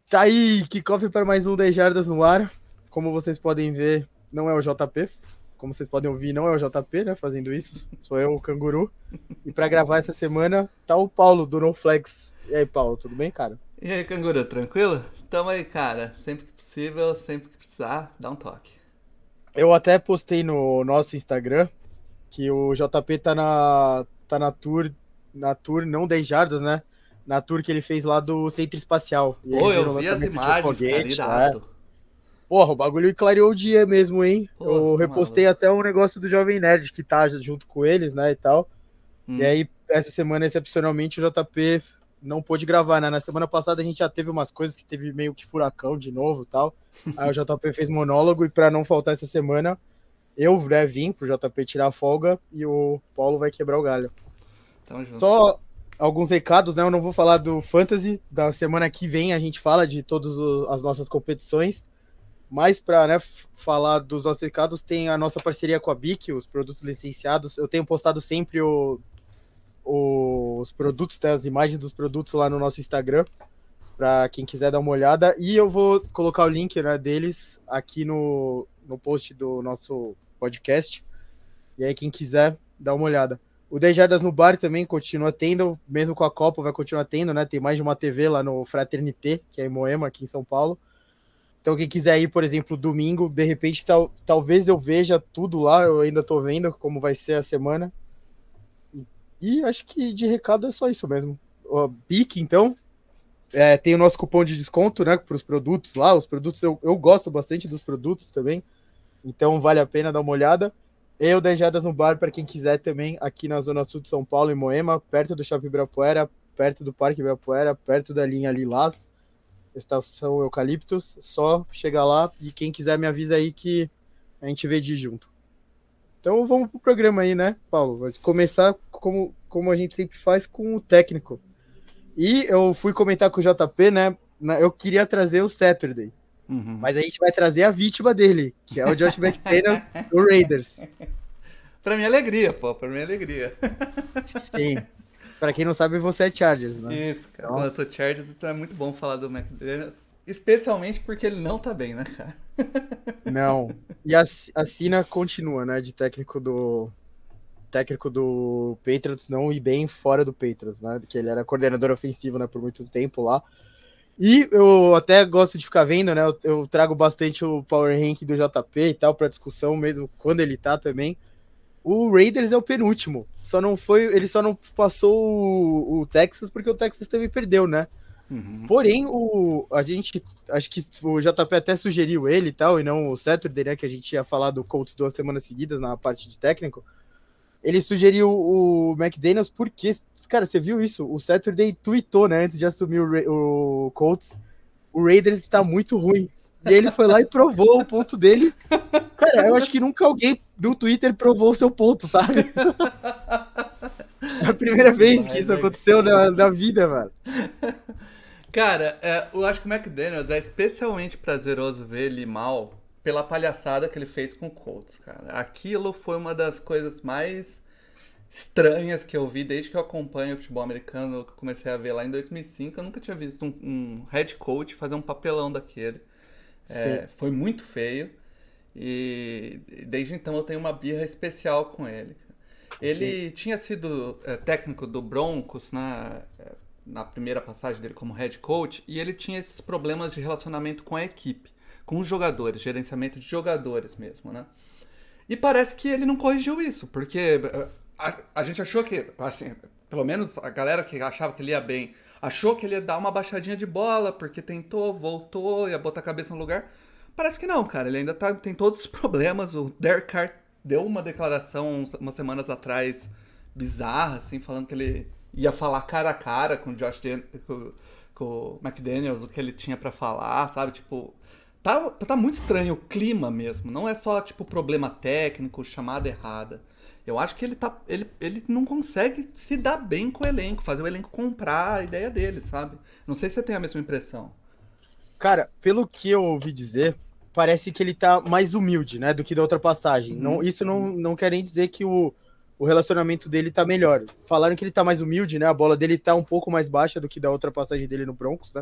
Tá aí, kickoff para mais um 10 Jardas no ar. Como vocês podem ver, não é o JP. Como vocês podem ouvir, não é o JP, né, fazendo isso. Sou eu, o Canguru. E para gravar essa semana, tá o Paulo, do NoFlex. E aí, Paulo, tudo bem, cara? E aí, canguru, tranquilo? Tamo aí, cara. Sempre que possível, sempre que precisar, dá um toque. Eu até postei no nosso Instagram que o JP tá na tour não 10 Jardas, né? Na tour que ele fez lá do Centro Espacial. E Pô, eles eu viram o vi as lançamento de um imagens, cara, foguete, né? irado. Porra, o bagulho clareou o dia mesmo, hein? Pô, Eu você tá repostei maluco. até um negócio do Jovem Nerd que tá junto com eles, né, e tal. E Hum. aí, essa semana, excepcionalmente, o JP não pôde gravar, né? Na semana passada a gente já teve umas coisas que teve meio que furacão de novo e tal. Aí o JP fez monólogo e pra não faltar essa semana, eu, né, vim pro JP tirar a folga e o Paulo vai quebrar o galho. Tamo junto. Só alguns recados, né? Eu não vou falar do Fantasy. Da semana que vem a gente fala de todas as nossas competições. Mas para, né, falar dos nossos recados, tem a nossa parceria com a BIC, os produtos licenciados. Eu tenho postado sempre os produtos, né, as imagens dos produtos lá no nosso Instagram, para quem quiser dar uma olhada. E eu vou colocar o link, né, deles aqui no post do nosso podcast. E aí, quem quiser, dá uma olhada. O 10 Jardas no Bar também continua tendo, mesmo com a Copa, vai continuar tendo, né? Tem mais de uma TV lá no Fraternité, que é em Moema, aqui em São Paulo. Então, quem quiser ir, por exemplo, domingo, de repente, talvez eu veja tudo lá, eu ainda tô vendo como vai ser a semana. E acho que de recado é só isso mesmo. O BIC, então, tem o nosso cupom de desconto, né, para os produtos lá. Os produtos, eu gosto bastante dos produtos também, então vale a pena dar uma olhada. Eu, 10 Jardas no Bar, para quem quiser também, aqui na Zona Sul de São Paulo, em Moema, perto do Shopping Ibirapuera, perto do Parque Ibirapuera, perto da linha Lilás, Estação Eucaliptus, só chegar lá e quem quiser me avisa aí que a gente vê de junto. Então vamos pro programa aí, né, Paulo? Vai começar como a gente sempre faz com o técnico. E eu fui comentar com o JP, né? Eu queria trazer o Saturday, Uhum. mas a gente vai trazer a vítima dele, que é o Josh McDaniels do Raiders. Pra minha alegria, pô, pra minha alegria. Sim. Pra quem não sabe, você é Chargers, né? Isso, cara. Como Então, eu sou Chargers, então é muito bom falar do McDaniels. Especialmente porque ele não tá bem, né, cara? não. E a Cina continua, né? De técnico do Patriots, não ir bem fora do Patriots, né? Que ele era coordenador ofensivo, né? Por muito tempo lá. E eu até gosto de ficar vendo, né? Eu trago bastante o Power Rank do JP e tal para discussão, mesmo quando ele tá também. O Raiders é o penúltimo. Ele só não passou o Texas porque o Texas também perdeu, né? Uhum. Porém, acho que o JP até sugeriu ele e tal, e não o Saturday, né? Que a gente ia falar do Colts 2 semanas seguidas na parte de técnico. Ele sugeriu o McDaniels porque, cara, você viu isso? O Saturday tweetou, né, antes de assumir o Colts, o Raiders está muito ruim. E aí ele foi lá e provou o ponto dele. Cara, eu acho que nunca alguém no Twitter provou o seu ponto, sabe? É a primeira vez que Demais, isso né? aconteceu na vida, mano. Cara, eu acho que o McDaniels é especialmente prazeroso ver ele mal pela palhaçada que ele fez com o Colts, cara. Aquilo foi uma das coisas mais estranhas que eu vi desde que eu acompanho o futebol americano, que eu comecei a ver lá em 2005. Eu nunca tinha visto um head coach fazer um papelão daquele. Sim, Foi muito feio e desde então eu tenho uma birra especial com ele. sim. Ele tinha sido técnico do Broncos na primeira passagem dele como head coach e ele tinha esses problemas de relacionamento com a equipe, com os jogadores, gerenciamento de jogadores mesmo, né? E parece que ele não corrigiu isso, porque a gente achou que, assim, pelo menos a galera que achava que ele ia bem, achou que ele ia dar uma baixadinha de bola, porque tentou, voltou, ia botar a cabeça no lugar. Parece que não, cara, ele ainda tem todos os problemas. O Derek Carr deu uma declaração umas semanas atrás bizarra, assim, falando que ele ia falar cara a cara com o com o McDaniels, o que ele tinha pra falar, sabe? Tipo, tá muito estranho o clima mesmo. Não é só, tipo, problema técnico, chamada errada. Eu acho que ele não consegue se dar bem com o elenco, fazer o elenco comprar a ideia dele, sabe? Não sei se você tem a mesma impressão. Cara, pelo que eu ouvi dizer, parece que ele tá mais humilde, né, do que da outra passagem. Não, Uhum. isso não quer nem dizer que o relacionamento dele tá melhor. Falaram que ele tá mais humilde, né? A bola dele tá um pouco mais baixa do que da outra passagem dele no Broncos, né?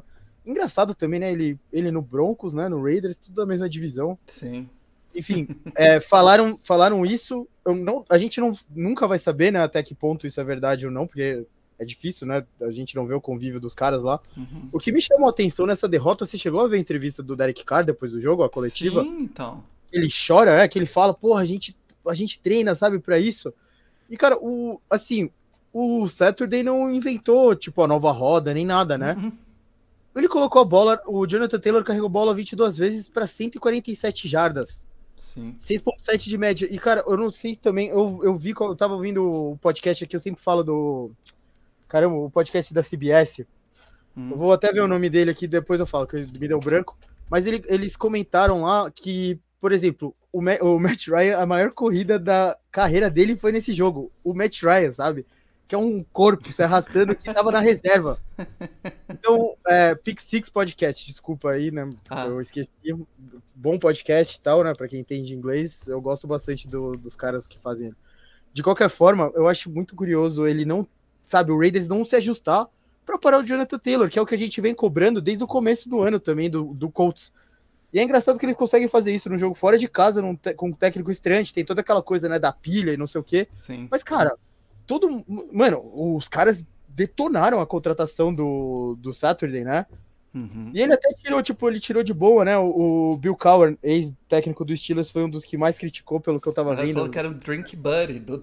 engraçado também, né? Ele no Broncos, né? No Raiders, tudo da mesma divisão. Sim. Enfim, falaram isso. A gente nunca vai saber, né? Até que ponto isso é verdade ou não, porque é difícil, né? A gente não vê o convívio dos caras lá. Uhum. O que me chamou a atenção nessa derrota, você chegou a ver a entrevista do Derek Carr depois do jogo, a coletiva? Sim, então. Ele chora, que ele fala, porra, a gente treina, sabe, pra isso. E, cara, o Saturday não inventou, tipo, a nova roda, nem nada, né? Uhum. Ele colocou a bola, o Jonathan Taylor carregou a bola 22 vezes pra 147 jardas. Sim. 6.7 de média. E, cara, eu não sei também, eu tava ouvindo o podcast aqui, eu sempre falo caramba, o podcast da CBS. Eu vou até ver o nome dele aqui, depois eu falo, que me deu branco. Mas eles comentaram lá que, por exemplo, o Matt Ryan, a maior corrida da carreira dele foi nesse jogo. O Matt Ryan, sabe? Que é um corpo se arrastando que tava na reserva. Então, Pick Six Podcast, desculpa aí, né? Eu esqueci. Bom podcast e tal, né? Pra quem entende inglês, eu gosto bastante dos caras que fazem. De qualquer forma, eu acho muito curioso ele não, sabe, o Raiders não se ajustar pra parar o Jonathan Taylor, que é o que a gente vem cobrando desde o começo do ano também, do Colts. E é engraçado que eles conseguem fazer isso no jogo fora de casa, com um técnico estreante, tem toda aquela coisa, né, da pilha e não sei o quê. Sim. Mas, cara, mano, os caras detonaram a contratação do Saturday, né? Uhum. E ele até tirou de boa, né? O Bill Cowher, ex-técnico do Steelers, foi um dos que mais criticou, pelo que eu tava vendo. Ele falou que era um drink buddy do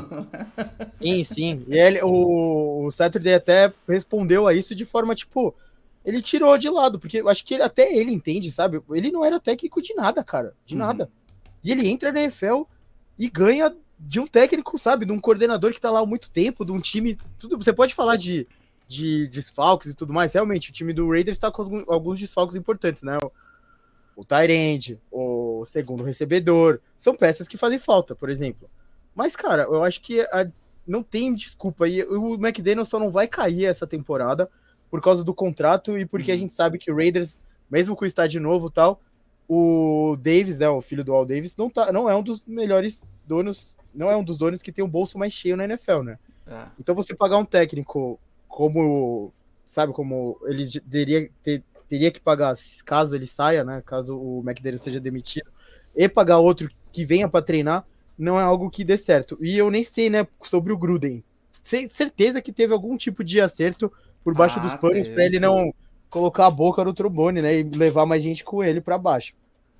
Sim. E o Saturday até respondeu a isso de forma, tipo, ele tirou de lado, porque eu acho que até ele entende, sabe? Ele não era técnico de nada, cara, de nada. E ele entra na NFL e ganha de um técnico, sabe? De um coordenador que tá lá há muito tempo, de um time, tudo. Você pode falar de desfalques e tudo mais, realmente, o time do Raiders tá com alguns desfalques importantes, né? O tight end, o segundo recebedor, são peças que fazem falta, por exemplo. Mas, cara, eu acho que não tem desculpa. E o McDaniel só não vai cair essa temporada por causa do contrato e porque a gente sabe que o Raiders, mesmo com o estádio novo e tal, o Davis, né, o filho do Al Davis, não é um dos melhores donos, não é um dos donos que tem o bolso mais cheio na NFL, né? Então você pagar um técnico como ele teria que pagar caso ele saia, né, caso o McDaniel seja demitido, e pagar outro que venha para treinar, não é algo que dê certo. E eu nem sei, né, sobre o Gruden. Certeza que teve algum tipo de acerto por baixo dos panos para ele não colocar a boca no trombone, né, e levar mais gente com ele para baixo.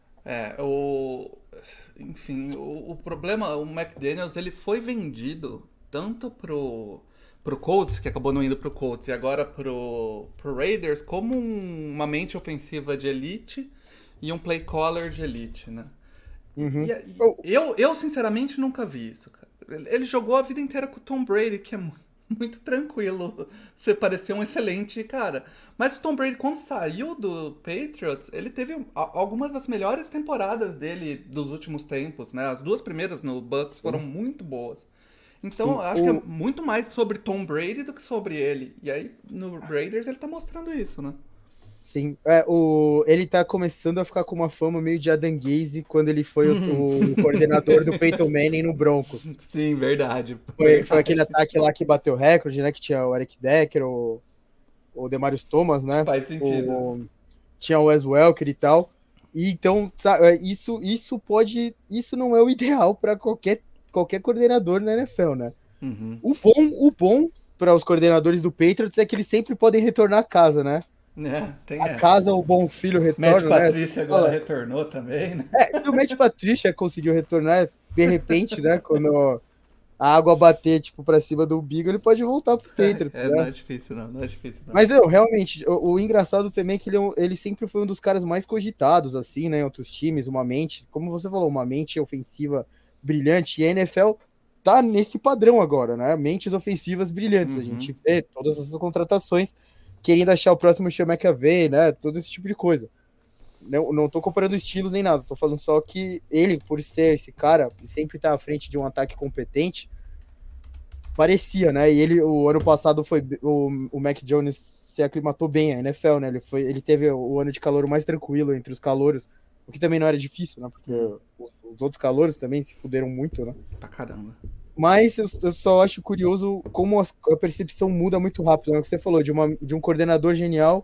Enfim, o problema, o McDaniels, ele foi vendido tanto pro Colts, que acabou não indo pro Colts, e agora pro Raiders, como uma mente ofensiva de elite e um play caller de elite, né? Uhum. Eu sinceramente nunca vi isso, cara. Ele jogou a vida inteira com o Tom Brady, que é muito tranquilo. Você pareceu um excelente cara. Mas o Tom Brady, quando saiu do Patriots, ele teve algumas das melhores temporadas dele dos últimos tempos, né? As duas primeiras no Bucks foram muito boas. Então, eu acho que é muito mais sobre Tom Brady do que sobre ele. E aí, no Raiders, ele tá mostrando isso, né? Sim, ele tá começando a ficar com uma fama meio de Adam Gaze quando ele foi o coordenador do Peyton Manning no Broncos. Sim, verdade. Foi aquele ataque lá que bateu recorde, né? Que tinha o Eric Decker, o Demarius Thomas, né? Faz sentido. Tinha o Wes Welker e tal. E então, sabe, isso não é o ideal para qualquer coordenador na NFL, né? Uhum. O bom para os coordenadores do Patriots é que eles sempre podem retornar a casa, né? Tem a casa, o bom filho retorna, Matt Patricia agora retornou também, né? Se o Matt Patricia conseguiu retornar, de repente, né? Quando a água bater, tipo, pra cima do umbigo, ele pode voltar pro Patriots, né? Não é difícil, não. Mas, realmente, o engraçado também é que ele sempre foi um dos caras mais cogitados, assim, né? Em outros times, uma mente, como você falou, uma mente ofensiva brilhante. E a NFL tá nesse padrão agora, né? Mentes ofensivas brilhantes. A gente vê todas essas contratações querendo achar o próximo Sean McVay, né? Todo esse tipo de coisa. Não tô comparando estilos nem nada, tô falando só que ele, por ser esse cara, sempre tá à frente de um ataque competente, parecia, né? E o ano passado o Mac Jones se aclimatou bem à NFL, né? Ele teve o ano de calor mais tranquilo entre os calouros, o que também não era difícil, né? Porque os outros calouros também se fuderam muito, né? Pra caramba. Mas eu só acho curioso como a percepção muda muito rápido, né? O que você falou, de um coordenador genial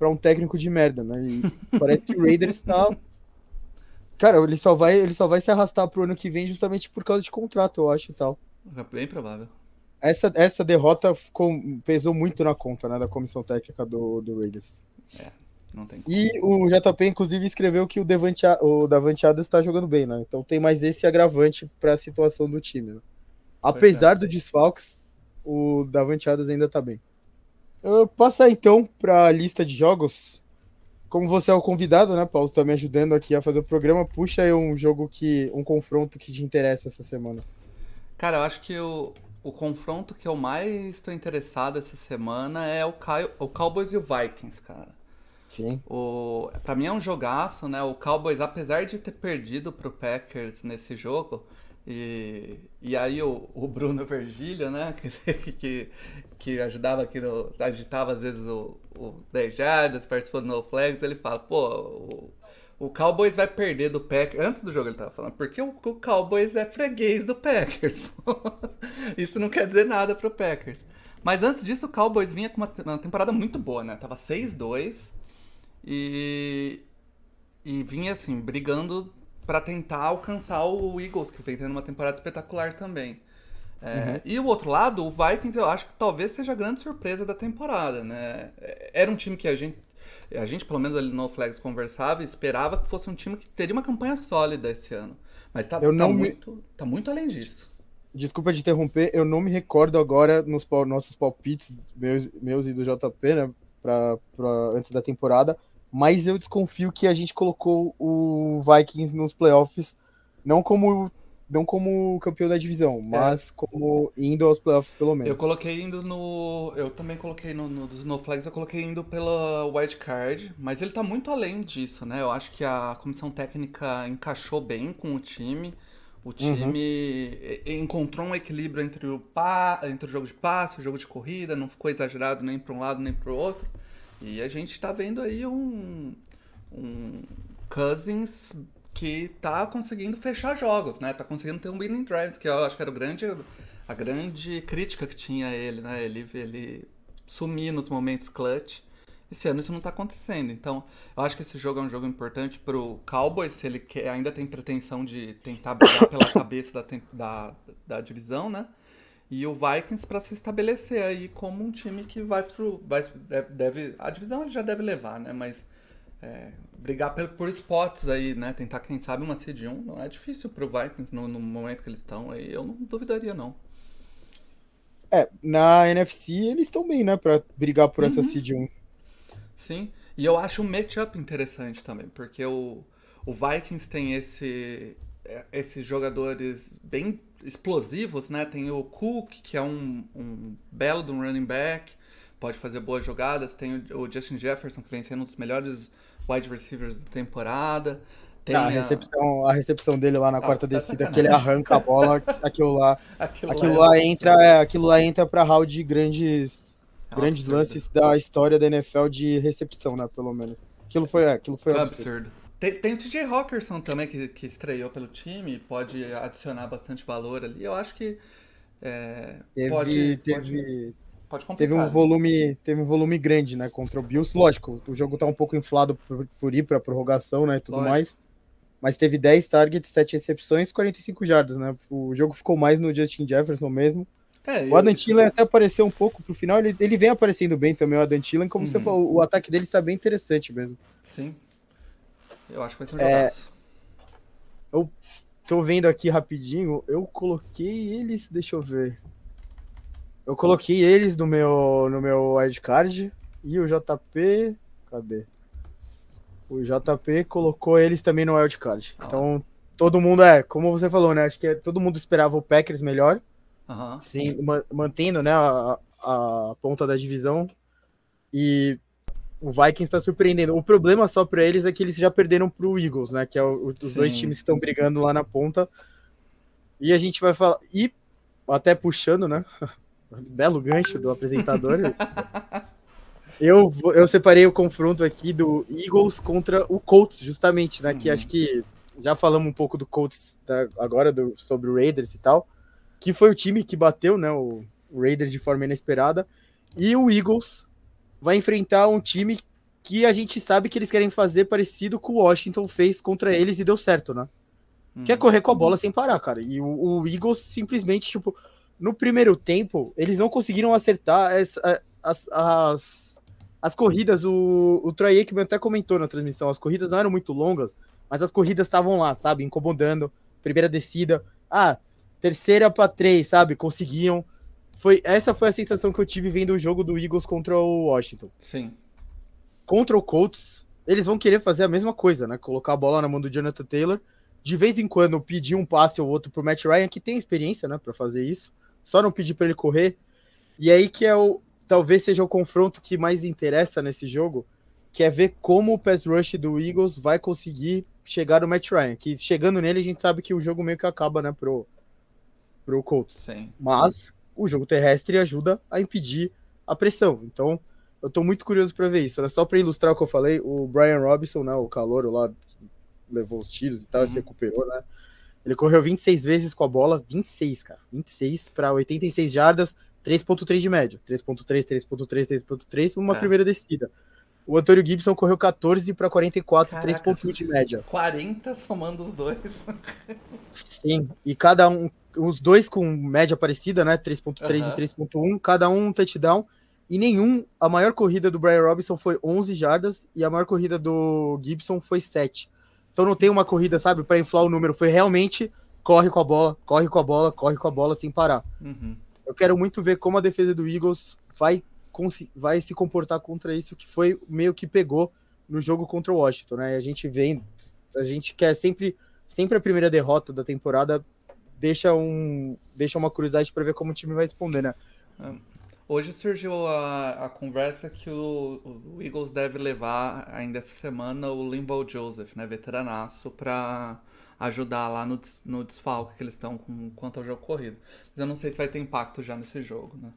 pra um técnico de merda, né? E parece que o Raiders tá... Cara, ele só vai se arrastar pro ano que vem justamente por causa de contrato, eu acho, e tal. É bem provável. Essa derrota pesou muito na conta, né, da comissão técnica do Raiders. Não tem como. E o JP, inclusive, escreveu que o Davante Adams está jogando bem, né? Então tem mais esse agravante para a situação do time. Né? Apesar dos desfalques, o Davante Adams ainda tá bem. Eu passar então para a lista de jogos. Como você é o convidado, né, Paulo? Tá me ajudando aqui a fazer o programa. Puxa aí um confronto que te interessa essa semana. Cara, eu acho que o confronto que eu mais estou interessado essa semana é o Cowboys e o Vikings, cara. Sim. Pra mim é um jogaço, né? O Cowboys, apesar de ter perdido pro Packers nesse jogo, e aí o Bruno Virgílio, né? Que ajudava aqui, agitava às vezes o 10 jardas, participou do No Flags, ele fala, pô, o Cowboys vai perder do Packers. Antes do jogo ele tava falando, porque o Cowboys é freguês do Packers. Pô. Isso não quer dizer nada pro Packers. Mas antes disso, o Cowboys vinha com uma temporada muito boa, né? Tava 6-2 e vinha assim, brigando pra tentar alcançar o Eagles, que vem tendo uma temporada espetacular também. E o outro lado, o Vikings, eu acho que talvez seja a grande surpresa da temporada, né? Era um time que a gente, pelo menos ali no Flags, conversava e esperava que fosse um time que teria uma campanha sólida esse ano. Mas tá muito além disso. Desculpa te interromper, eu não me recordo agora nos nossos palpites, meus e do JP, né, antes da temporada, mas eu desconfio que a gente colocou o Vikings nos playoffs, não como campeão da divisão, mas como indo aos playoffs pelo menos. Eu também coloquei dos Snowflags, eu coloquei indo pela wild card, mas ele tá muito além disso, né? Eu acho que a comissão técnica encaixou bem com o time. O time encontrou um equilíbrio entre o jogo de passe, o jogo de corrida, não ficou exagerado nem para um lado nem para o outro. E a gente tá vendo aí um Cousins que tá conseguindo fechar jogos, né? Tá conseguindo ter um winning drives, que eu acho que era a grande crítica que tinha ele, né? Ele sumir nos momentos clutch. Esse ano isso não tá acontecendo. Então, eu acho que esse jogo é um jogo importante pro Cowboys, se ele ainda tem pretensão de tentar brigar pela cabeça da divisão, né? E o Vikings para se estabelecer aí como um time que a divisão ele já deve levar, né? Mas brigar por spots aí, né? Tentar, quem sabe, uma seed 1 não é difícil pro Vikings no momento que eles estão aí. Eu não duvidaria, não. Na NFC eles estão bem, né? Pra brigar por essa seed 1. Sim, e eu acho o matchup interessante também, porque o Vikings tem esses jogadores bem explosivos, né? Tem o Cook, que é um belo de um running back, pode fazer boas jogadas. Tem o Justin Jefferson, que vem sendo um dos melhores wide receivers da temporada. Tem a recepção dele lá na quarta descida, que ele arranca a bola, aquilo lá entra pra hall de grandes lances da história da NFL de recepção, né, pelo menos. Aquilo foi absurdo. Tem o TJ Hawkinson também, que estreou pelo time, pode adicionar bastante valor ali. Eu acho que pode complicar. Teve um volume grande, né, contra o Bills. Lógico, o jogo tá um pouco inflado por ir pra prorrogação, né, e tudo mais. Mas teve 10 targets, 7 recepções, 45 jardas, né? O jogo ficou mais no Justin Jefferson mesmo. O Adam Thielen até apareceu um pouco pro final, ele vem aparecendo bem também, o Adam Thielen, como você falou, o ataque dele está bem interessante mesmo. Sim, eu acho que vai ser um jogaço. Eu tô vendo aqui rapidinho, eu coloquei eles, deixa eu ver. Eu coloquei eles no meu wildcard, e o JP, cadê? O JP colocou eles também no wildcard. Então, todo mundo, como você falou, né, acho que todo mundo esperava o Packers melhor. Sim, mantendo, né, a ponta da divisão, e o Vikings está surpreendendo. O problema só para eles é que eles já perderam para o Eagles, né, que é os dois times que estão brigando lá na ponta, e a gente vai falar, e até puxando, né, belo gancho do apresentador, eu separei o confronto aqui do Eagles contra o Colts, justamente, né, que acho que já falamos um pouco do Colts agora, sobre o Raiders e tal, que foi o time que bateu, né, o Raiders de forma inesperada, e o Eagles vai enfrentar um time que a gente sabe que eles querem fazer parecido com o Washington fez contra eles e deu certo, né? Que é correr com a bola sem parar, cara. E o Eagles simplesmente, tipo, no primeiro tempo, eles não conseguiram acertar as corridas. O Troy Aikman até comentou na transmissão, as corridas não eram muito longas, mas as corridas estavam lá, sabe? Incomodando. Primeira descida. Terceira para 3, sabe? Conseguiam. Essa foi a sensação que eu tive vendo o jogo do Eagles contra o Washington. Sim. Contra o Colts, eles vão querer fazer a mesma coisa, né? Colocar a bola na mão do Jonathan Taylor. De vez em quando pedir um passe ou outro pro Matt Ryan, que tem experiência, né, pra fazer isso. Só não pedir pra ele correr. E aí que talvez seja o confronto que mais interessa nesse jogo, que é ver como o pass rush do Eagles vai conseguir chegar no Matt Ryan. Que chegando nele, a gente sabe que o jogo meio que acaba, né, pro Colts. Sim. Mas o jogo terrestre ajuda a impedir a pressão. Então, eu tô muito curioso pra ver isso. Né? Só pra ilustrar o que eu falei, o Brian Robinson, né, o calouro lá, levou os tiros e tal, se recuperou, né? Ele correu 26 vezes com a bola, 26, cara. 26 para 86 jardas, 3.3 de média. 3.3, 3.3, 3.3, uma primeira descida. O Antônio Gibson correu 14 para 44, 3.1 de média. 40 somando os dois. Sim, e cada um, os dois com média parecida, né? 3.3 e 3.1, cada um touchdown. E a maior corrida do Brian Robinson foi 11 jardas e a maior corrida do Gibson foi 7. Então não tem uma corrida, sabe, para inflar o número. Foi realmente corre com a bola, corre com a bola, corre com a bola sem parar. Eu quero muito ver como a defesa do Eagles vai se comportar contra isso, que foi meio que pegou no jogo contra o Washington, né? A gente quer sempre a primeira derrota da temporada deixa uma curiosidade para ver como o time vai responder, né? Hoje surgiu a conversa que o Eagles deve levar ainda essa semana o Linval Joseph, né, veteranaço, para ajudar lá no desfalque que eles estão quanto ao jogo corrido. Mas eu não sei se vai ter impacto já nesse jogo, né?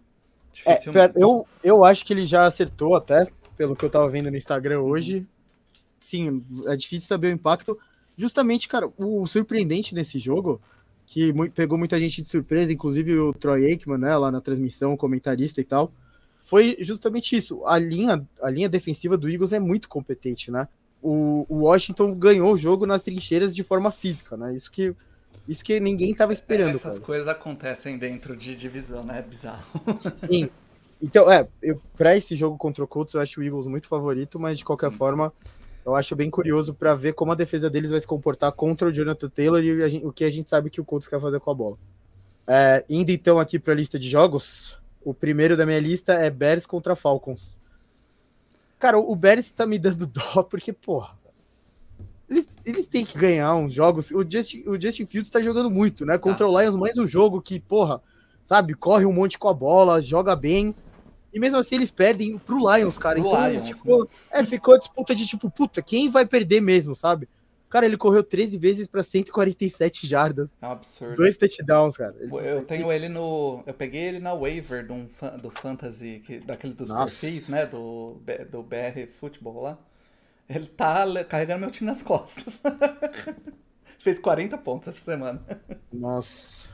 Eu acho que ele já acertou até, pelo que eu tava vendo no Instagram hoje. Sim, é difícil saber o impacto. Justamente, cara, o surpreendente nesse jogo, que pegou muita gente de surpresa, inclusive o Troy Aikman, né, lá na transmissão, comentarista e tal, foi justamente isso. A linha defensiva do Eagles é muito competente, né? O Washington ganhou o jogo nas trincheiras de forma física, né? Isso que ninguém estava esperando. Essas coisas acontecem dentro de divisão, né? É bizarro. Sim. Então, para esse jogo contra o Colts, eu acho o Eagles muito favorito, mas de qualquer forma, eu acho bem curioso para ver como a defesa deles vai se comportar contra o Jonathan Taylor e o que a gente sabe que o Colts quer fazer com a bola. Indo então aqui para a lista de jogos, o primeiro da minha lista é Bears contra Falcons. Cara, o Bears tá me dando dó porque, porra, eles têm que ganhar uns jogos. O Justin Fields tá jogando muito, né? Contra o Lions, mais um jogo que, porra, sabe, corre um monte com a bola, joga bem. E mesmo assim eles perdem pro Lions, cara. Então Lions, ficou a disputa de tipo, puta, quem vai perder mesmo, sabe? Cara, ele correu 13 vezes pra 147 jardas. É um absurdo. 2 touchdowns, cara. Eu tenho ele no... Eu peguei ele na waiver do Fantasy, daquele dos perfis, né? Do BR Futebol lá. Ele tá carregando meu time nas costas. Fez 40 pontos essa semana. Nossa.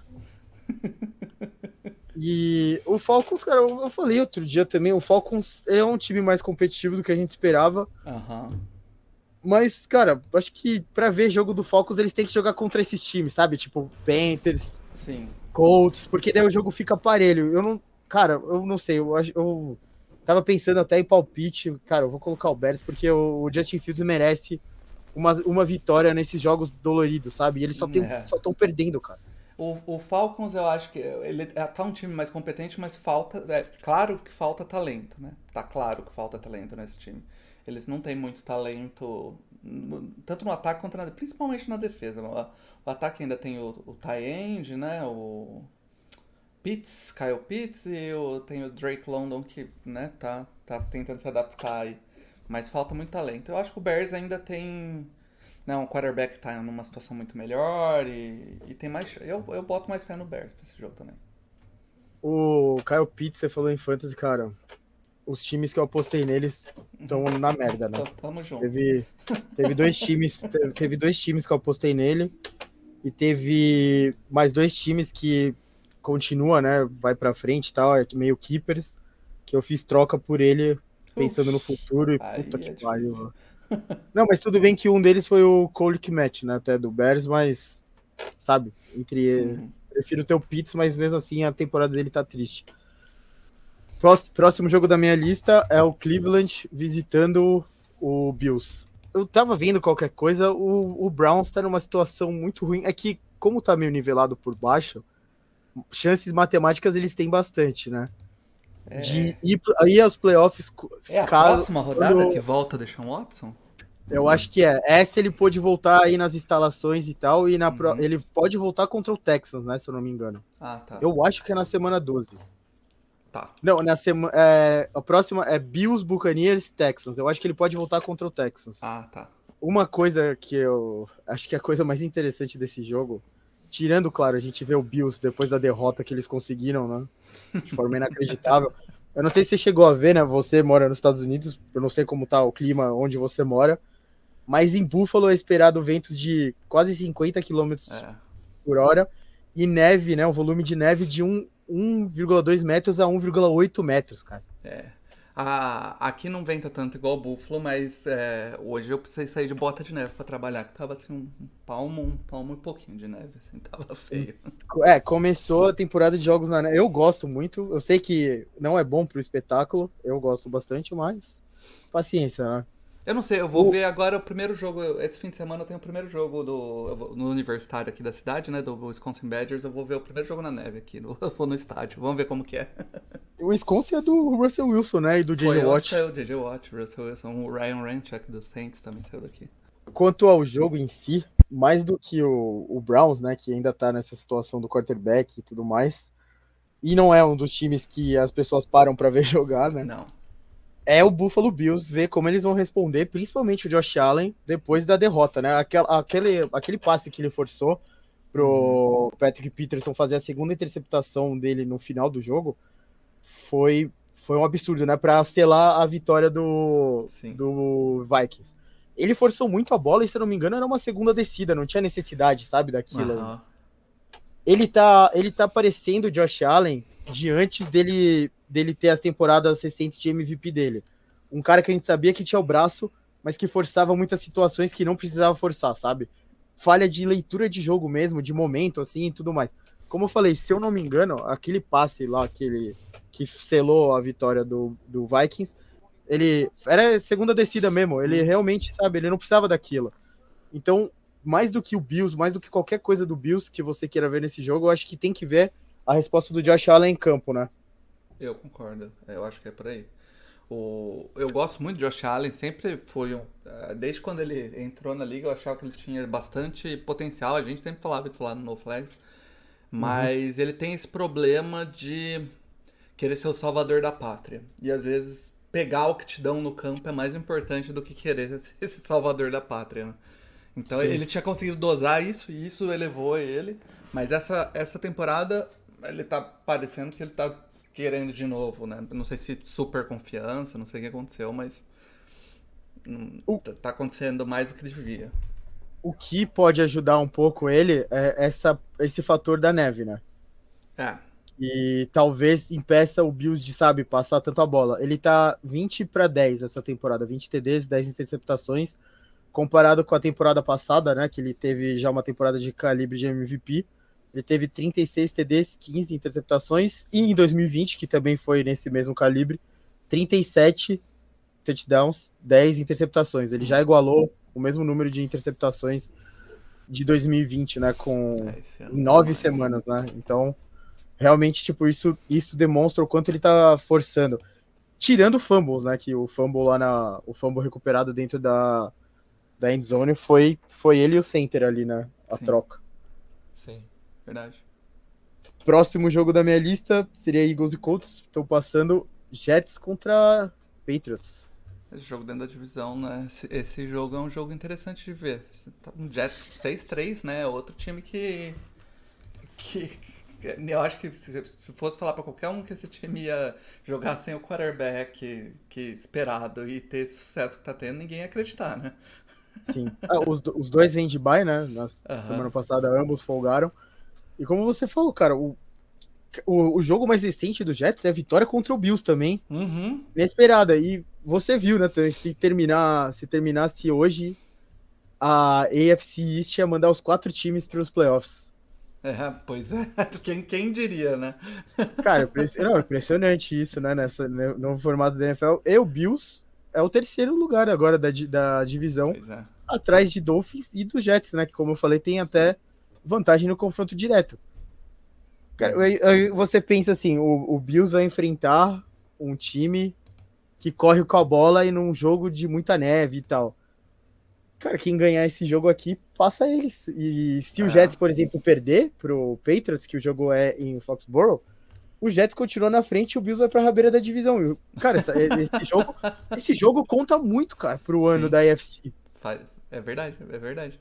E o Falcons, cara, eu falei outro dia também, o Falcons é um time mais competitivo do que a gente esperava. Mas, cara, acho que pra ver jogo do Falcons, eles têm que jogar contra esses times, sabe? Tipo, Panthers, sim, Colts, porque daí o jogo fica parelho. Eu não sei, eu tava pensando até em palpite, cara, eu vou colocar o Bears, porque o Justin Fields merece uma vitória nesses jogos doloridos, sabe? E eles só estão perdendo, cara. O Falcons, eu acho que ele tá um time mais competente, mas claro que falta talento, né? Tá claro que falta talento nesse time. Eles não têm muito talento, tanto no ataque quanto principalmente na defesa. O ataque ainda tem o Ty End, né? O Kyle Pitts, e tem o Drake London que, né, tá tentando se adaptar aí. Mas falta muito talento. Eu acho que o Bears ainda tem... Não, o quarterback tá numa situação muito melhor e tem mais... Eu boto mais fé no Bears pra esse jogo também. O Kyle Pitts, você falou em Fantasy, cara. Os times que eu apostei neles estão na merda, né? Tamo junto. Teve dois times que eu apostei nele e teve mais 2 times que continua, né? Vai pra frente e tal, é meio keepers, que eu fiz troca por ele pensando no Ux, futuro e puta aí que é pariu. difícil. Mano. Não, mas tudo bem que um deles foi o Cole Kmet, né, até do Bears, mas, sabe, Uhum. prefiro ter o Pitts, mas mesmo assim a temporada dele tá triste. Próximo jogo da minha lista é o Cleveland visitando o Bills. Eu tava vendo qualquer coisa, o Browns tá numa situação muito ruim. É que, como tá meio nivelado por baixo, chances matemáticas eles têm bastante, né? De É, ir aos playoffs, é a caso, próxima rodada que quando, volta o Deshaun Watson? eu acho que é. Essa ele pôde voltar aí nas instalações e tal, e Uhum. ele pode voltar contra o Texans, né? Se eu não me engano. Ah, tá. Eu acho que é na semana 12. Tá. Não, a próxima é Bills, Buccaneers, Texans. Eu acho que ele pode voltar contra o Texans. Ah, tá. Uma coisa que eu acho que é a coisa mais interessante desse jogo, tirando, claro, a gente vê o Bills depois da derrota que eles conseguiram, né? De forma inacreditável. Eu não sei se você chegou a ver, né? Você mora nos Estados Unidos, eu não sei como tá o clima onde você mora, mas em Buffalo é esperado ventos de quase 50 quilômetros É. por hora e neve, né? Um volume de neve de 1,2 metros a 1,8 metros, cara. É. Aqui não venta tanto igual o Buffalo, mas hoje eu precisei sair de bota de neve pra trabalhar, que tava assim um palmo e pouquinho de neve, assim, tava feio. Começou a temporada de jogos na neve. Eu gosto muito. Eu sei que não é bom pro espetáculo. Eu gosto bastante, mas paciência, né? Eu não sei, eu vou O, ver agora o primeiro jogo. Esse fim de semana eu tenho o primeiro jogo no universitário aqui da cidade, né? Do Wisconsin Badgers. Eu vou ver o primeiro jogo na neve aqui. Eu vou no estádio. Vamos ver como que é. o Wisconsin é do Russell Wilson, né? E do J.J. Foi onde Watt. saiu o J.J. Watt, Russell Wilson, o Ryan Ramczyk dos Saints também saiu daqui. Quanto ao jogo em si, mais do que o Browns, né? Que ainda tá nessa situação do quarterback e tudo mais. E não é um dos times que as pessoas param para ver jogar, né? Não. É o Buffalo Bills ver como eles vão responder, principalmente o Josh Allen, depois da derrota, né? Aquele passe que ele forçou Uhum. pro Patrick Peterson fazer a segunda interceptação dele no final do jogo foi um absurdo, né? Para selar a vitória Sim. do Vikings. Ele forçou muito a bola e, se eu não me engano, era uma segunda descida, não tinha necessidade, sabe, daquilo. Aham. Ele tá parecendo o Josh Allen de antes dele ter as temporadas recentes de MVP dele. Um cara que a gente sabia que tinha o braço, mas que forçava muitas situações que não precisava forçar, sabe? Falha de leitura de jogo mesmo, de momento, assim, e tudo mais. Como eu falei, se eu não me engano, aquele passe lá, que selou a vitória do Vikings, ele era segunda descida mesmo. Ele realmente, sabe, ele não precisava daquilo. Então, mais do que o Bills, mais do que qualquer coisa do Bills que você queira ver nesse jogo, eu acho que tem que ver a resposta do Josh Allen em campo, né? Eu concordo. Eu acho que é por aí. Eu gosto muito de Josh Allen, sempre foi desde quando ele entrou na liga, eu achava que ele tinha bastante potencial. A gente sempre falava isso lá no No Flags. Uhum. Mas ele tem esse problema de querer ser o salvador da pátria. E às vezes pegar o que te dão no campo é mais importante do que querer ser esse salvador da pátria, né? Então Sim. ele tinha conseguido dosar isso e isso elevou ele. Mas essa temporada ele tá parecendo que ele tá querendo de novo, né? Não sei se super confiança, não sei o que aconteceu, mas O, tá acontecendo mais do que devia. o que pode ajudar um pouco ele é esse fator da neve, né? É, E talvez impeça o Bills de, sabe, passar tanto a bola. Ele tá 20-10 essa temporada, 20 TDs, 10 interceptações, comparado com a temporada passada, né, que ele teve já uma temporada de calibre de MVP. Ele teve 36 TDs, 15 interceptações, e em 2020, que também foi nesse mesmo calibre, 37 touchdowns, 10 interceptações. Ele já igualou o mesmo número de interceptações de 2020, né, esse ano em foi 9 mais. semanas, né? Então, realmente, tipo, isso demonstra o quanto ele tá forçando. Tirando fumbles, né, que o fumble recuperado dentro da endzone foi ele e o center ali, né, a Sim, troca. sim, verdade. Próximo jogo da minha lista seria Eagles e Colts. Estou passando Jets contra Patriots. Esse jogo dentro da divisão, né? Esse jogo é um jogo interessante de ver. Um Jets 6-3, né? Outro time que eu acho que se fosse falar pra qualquer um que esse time ia jogar sem o quarterback que esperado e ter esse sucesso que tá tendo, ninguém ia acreditar, né? Sim. Os dois vêm de bye, né? Na Aham. semana passada ambos folgaram. E como você falou, cara, o jogo mais recente do Jets é a vitória contra o Bills também. Uhum. Inesperada. E você viu, né, se terminasse hoje, a AFC East ia mandar os 4 times para os playoffs. Pois é. Quem diria, né? Cara, não, impressionante isso, né, no formato da NFL. E o Bills é o terceiro lugar agora da divisão, Pois é. atrás de Dolphins e dos Jets, né, que como eu falei, tem até vantagem no confronto direto. Cara, aí você pensa assim, o Bills vai enfrentar um time que corre com a bola e num jogo de muita neve e tal. Cara, quem ganhar esse jogo aqui, passa eles. E se o Jets, por exemplo, perder pro Patriots, que o jogo é em Foxborough, o Jets continua na frente e o Bills vai pra rabeira da divisão. Cara, esse jogo conta muito, cara, pro ano da AFC. É verdade, é verdade.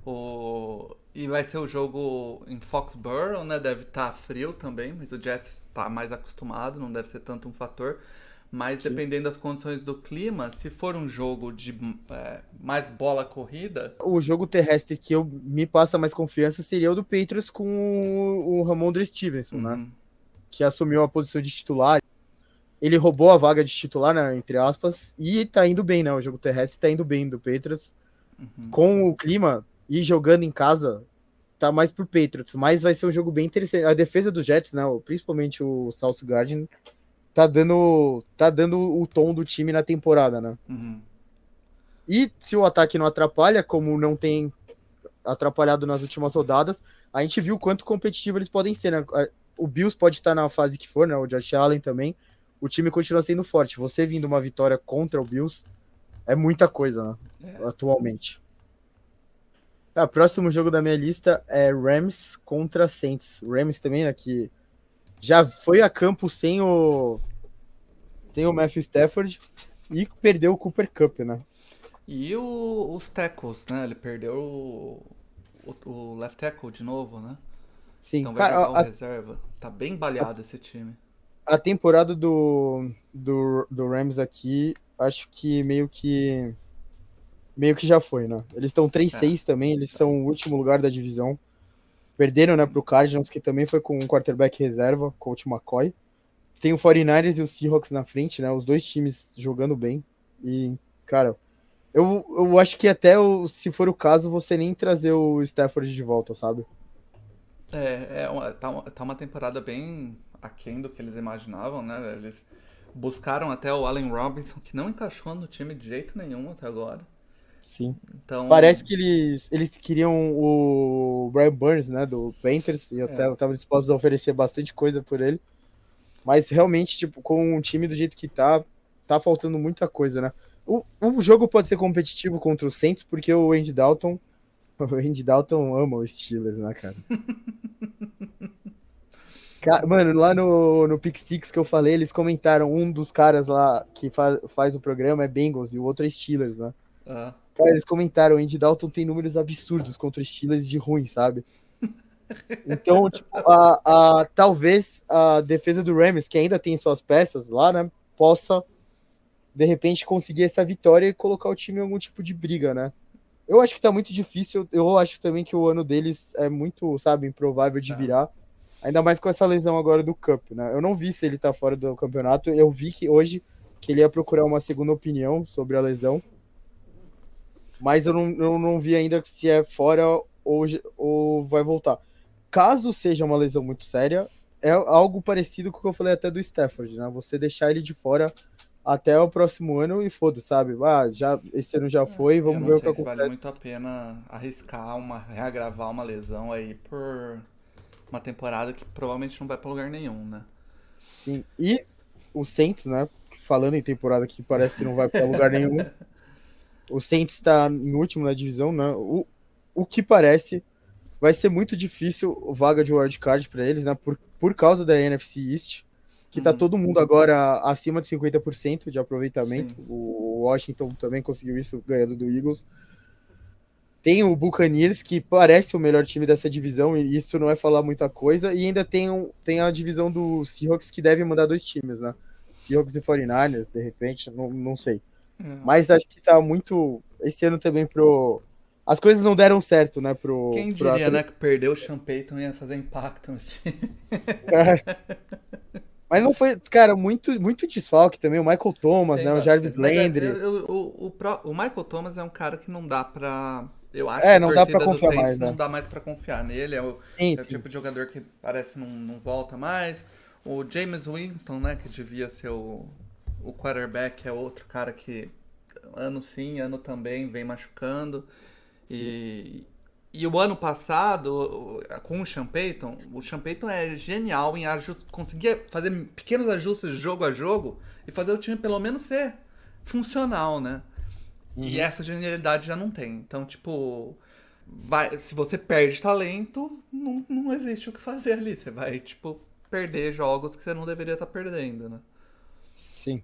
E vai ser o jogo em Foxborough, né? Deve estar frio também, mas o Jets está mais acostumado, não deve ser tanto um fator. Mas dependendo das condições do clima, se for um jogo de mais bola corrida... O jogo terrestre que me passa mais confiança seria o do Patriots com o Ramondre Stevenson, né? Que assumiu a posição de titular. Ele roubou a vaga de titular, né, entre aspas, e tá indo bem, né? O jogo terrestre tá indo bem do Patriots. Com o clima e jogando em casa, tá mais pro Patriots. Mas vai ser um jogo bem interessante. A defesa do Jets, né, principalmente o Sauce Gardner, tá dando o tom do time na temporada, né? E se o ataque não atrapalha, como não tem atrapalhado nas últimas rodadas, a gente viu quanto competitivo eles podem ser, né? O Bills pode estar na fase que for, né? O Josh Allen também. O time continua sendo forte. Você vindo uma vitória contra o Bills é muita coisa, né? Atualmente. O próximo jogo da minha lista é Rams contra Saints. O Rams também, né? Que já foi a campo sem o Matthew Stafford e perdeu o Cooper Kupp, né? E os tackles, né? Ele perdeu o left tackle de novo, né? Sim, então vai jogar o reserva. Tá bem baleado esse time. A temporada do Rams aqui, acho que meio que já foi, né? Eles estão 3-6 também, eles são o último lugar da divisão. Perderam, né, pro Cardinals, que também foi com um quarterback reserva, Colt McCoy. Tem o 49ers e o Seahawks na frente, né? Os dois times jogando bem. E, cara, eu acho que até, se for o caso, você nem trazer o Stafford de volta, sabe? Tá uma temporada bem aquém do que eles imaginavam, né? Eles buscaram até o Allen Robinson, que não encaixou no time de jeito nenhum até agora. Sim. Então... Parece que eles queriam o Brian Burns, né, do Panthers, e até estavam dispostos a oferecer bastante coisa por ele. Mas realmente, tipo, com um time do jeito que tá faltando muita coisa, né? O jogo pode ser competitivo contra o Saints, porque o Andy Dalton ama os Steelers, né, cara? Mano, lá no Pick Six que eu falei, eles comentaram, um dos caras lá que faz o programa é Bengals e o outro é Steelers, né? Cara, eles comentaram, o Andy Dalton tem números absurdos contra os Steelers de ruim, sabe? Então, tipo, talvez a defesa do Rams, que ainda tem suas peças lá, né, possa, de repente, conseguir essa vitória e colocar o time em algum tipo de briga, né? Eu acho que tá muito difícil, eu acho também que o ano deles é muito, sabe, improvável de virar, ainda mais com essa lesão agora do Cup, né? Eu não vi se ele tá fora do campeonato, eu vi que hoje que ele ia procurar uma segunda opinião sobre a lesão, mas eu não vi ainda se é fora ou vai voltar. Caso seja uma lesão muito séria, é algo parecido com o que eu falei até do Stafford, né? Você deixar ele de fora até o próximo ano e foda, sabe? Esse ano já foi, vamos ver o que acontece. Vale muito a pena arriscar reagravar uma lesão aí por uma temporada que provavelmente não vai pra lugar nenhum, né? Sim, e o Saints, né? Falando em temporada que parece que não vai pra lugar nenhum, o Saints tá em último na divisão, né? O que parece vai ser muito difícil vaga de wildcard para eles, né? Por causa da NFC East, que tá todo mundo agora acima de 50% de aproveitamento. Sim. O Washington também conseguiu isso ganhando do Eagles. Tem o Buccaneers, que parece o melhor time dessa divisão, e isso não é falar muita coisa. E ainda tem a divisão do Seahawks, que deve mandar 2 times, né? Seahawks e 49ers, de repente, não sei. Mas acho que tá muito... Esse ano também as coisas não deram certo, né? Quem diria, né, que perdeu o Sean Payton ia fazer impacto no time. Mas não foi, cara, muito desfalque também. O Michael Thomas, Tem né? O Jarvis bastante. Mas Landry. o Michael Thomas é um cara que não dá pra. Eu acho que a Não dá pra torcida do confiar Saints mais, não né? dá mais pra confiar nele. Sim, É o sim. tipo de jogador que parece não volta mais. O James Winston, né, que devia ser o quarterback, é outro cara que ano sim, ano também vem machucando. Sim. E o ano passado, com o Sean Payton é genial em conseguir fazer pequenos ajustes jogo a jogo e fazer o time pelo menos ser funcional, né? E Uhum. essa genialidade já não tem. Então, tipo, se você perde talento, não existe o que fazer ali. Você vai, tipo, perder jogos que você não deveria estar perdendo, né? Sim.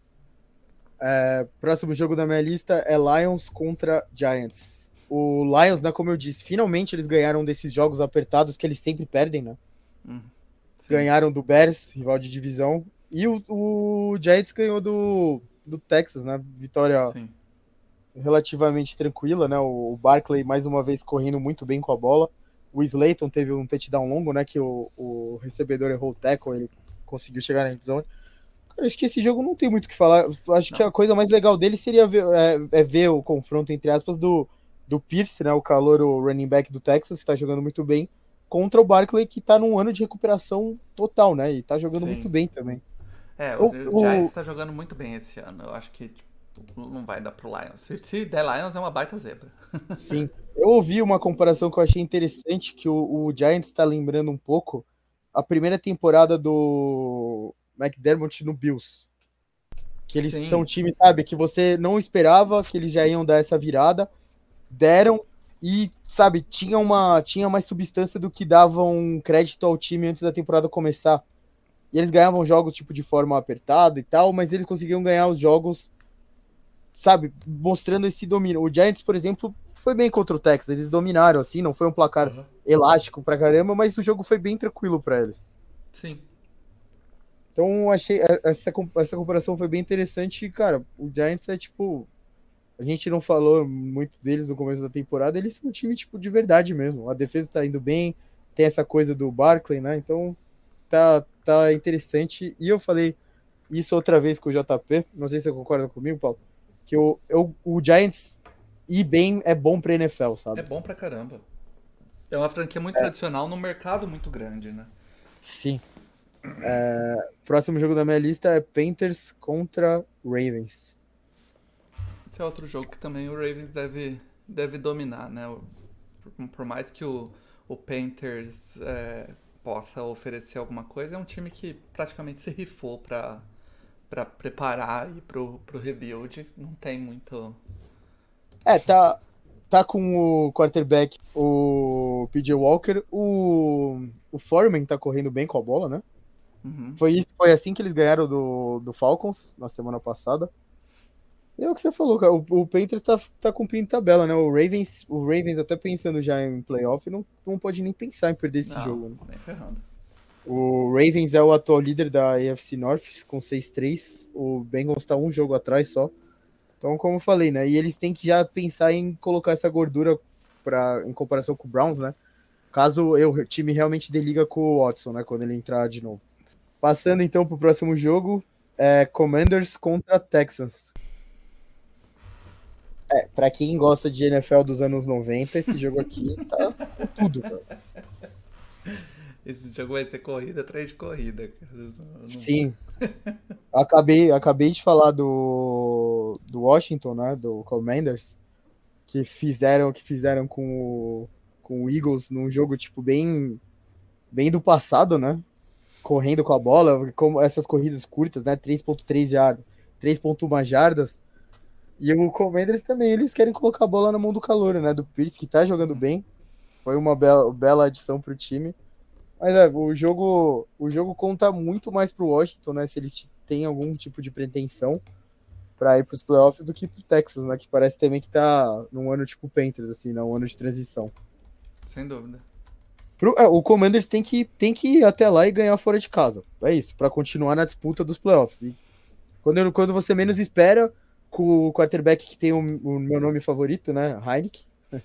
Próximo jogo da minha lista é Lions contra Giants. O Lions, né, como eu disse, finalmente eles ganharam desses jogos apertados que eles sempre perdem, né? Sim, Ganharam do Bears, rival de divisão. E o Giants ganhou do Texas, né? Vitória sim. relativamente tranquila, né? O Barkley, mais uma vez, correndo muito bem com a bola. O Slayton teve um touchdown longo, né? Que o recebedor errou o tackle, ele conseguiu chegar na endzone. Cara, acho que esse jogo não tem muito o que falar. Eu acho que Não. a coisa mais legal dele seria ver o confronto, entre aspas, do Pierce, né? O calor, o running back do Texas, que tá jogando muito bem, contra o Barkley, que tá num ano de recuperação total, né? E tá jogando muito Sim. bem também. O Giants tá jogando muito bem esse ano. Eu acho que tipo, não vai dar pro Lions. Se der Lions, é uma baita zebra. Sim. Eu ouvi uma comparação que eu achei interessante, que o Giants está lembrando um pouco a primeira temporada do McDermott no Bills. Que eles são um Sim, time, sabe, que você não esperava que eles já iam dar essa virada, deram e, sabe, tinha mais substância do que davam crédito ao time antes da temporada começar. E eles ganhavam jogos, tipo, de forma apertada e tal, mas eles conseguiam ganhar os jogos, sabe, mostrando esse domínio. O Giants, por exemplo, foi bem contra o Texas, eles dominaram, assim, não foi um placar elástico pra caramba, mas o jogo foi bem tranquilo pra eles. sim. Então, achei essa comparação foi bem interessante e, cara, o Giants é tipo, a gente não falou muito deles no começo da temporada, eles são um time tipo de verdade mesmo. A defesa tá indo bem, tem essa coisa do Barkley, né? Então, tá interessante. E eu falei isso outra vez com o JP, não sei se você concorda comigo, Paulo, que o Giants ir bem é bom pra NFL, É sabe? bom pra caramba. É uma franquia muito tradicional num mercado muito grande, né? Sim. Próximo jogo da minha lista é Panthers contra Ravens. Esse é outro jogo que também o Ravens deve dominar, né? Por mais que o Panthers possa oferecer alguma coisa, é um time que praticamente se rifou pra preparar e pro rebuild. Não tem muito. Tá com o quarterback, o PJ Walker, o Foreman tá correndo bem com a bola, né? Uhum. Foi assim que eles ganharam do Falcons na semana passada. E é o que você falou, cara. O Panthers tá cumprindo tabela, né? O Ravens até pensando já em playoff, não pode nem pensar em perder esse Não, jogo, né? nem ferrando. O Ravens é o atual líder da AFC North com 6-3. O Bengals tá um jogo atrás só. Então, como eu falei, né? E eles têm que já pensar em colocar essa gordura em comparação com o Browns, né? Caso o time realmente deliga com o Watson, né? Quando ele entrar de novo. Passando então pro próximo jogo, Commanders contra Texans. Pra quem gosta de NFL dos anos 90, esse jogo aqui tá com tudo, cara. Esse jogo vai ser corrida atrás de corrida. Sim. Acabei de falar do Washington, né? Do Commanders, que fizeram com o Eagles num jogo, tipo, bem do passado, né? Correndo com a bola, como essas corridas curtas, né? 3.3 jardas, 3.1 jardas. E o Commanders também, eles querem colocar a bola na mão do calouro, né? Do Pierce, que tá jogando bem. Foi uma bela adição pro time. Mas o jogo conta muito mais pro Washington, né? Se eles têm algum tipo de pretensão para ir pros playoffs do que pro Texas, né? Que parece também que tá num ano tipo Panthers, assim, né? Um ano de transição. Sem dúvida. O Commanders tem que ir até lá e ganhar fora de casa. É isso, para continuar na disputa dos playoffs. E quando você menos espera, com o quarterback que tem o meu nome favorito, né? Heineken.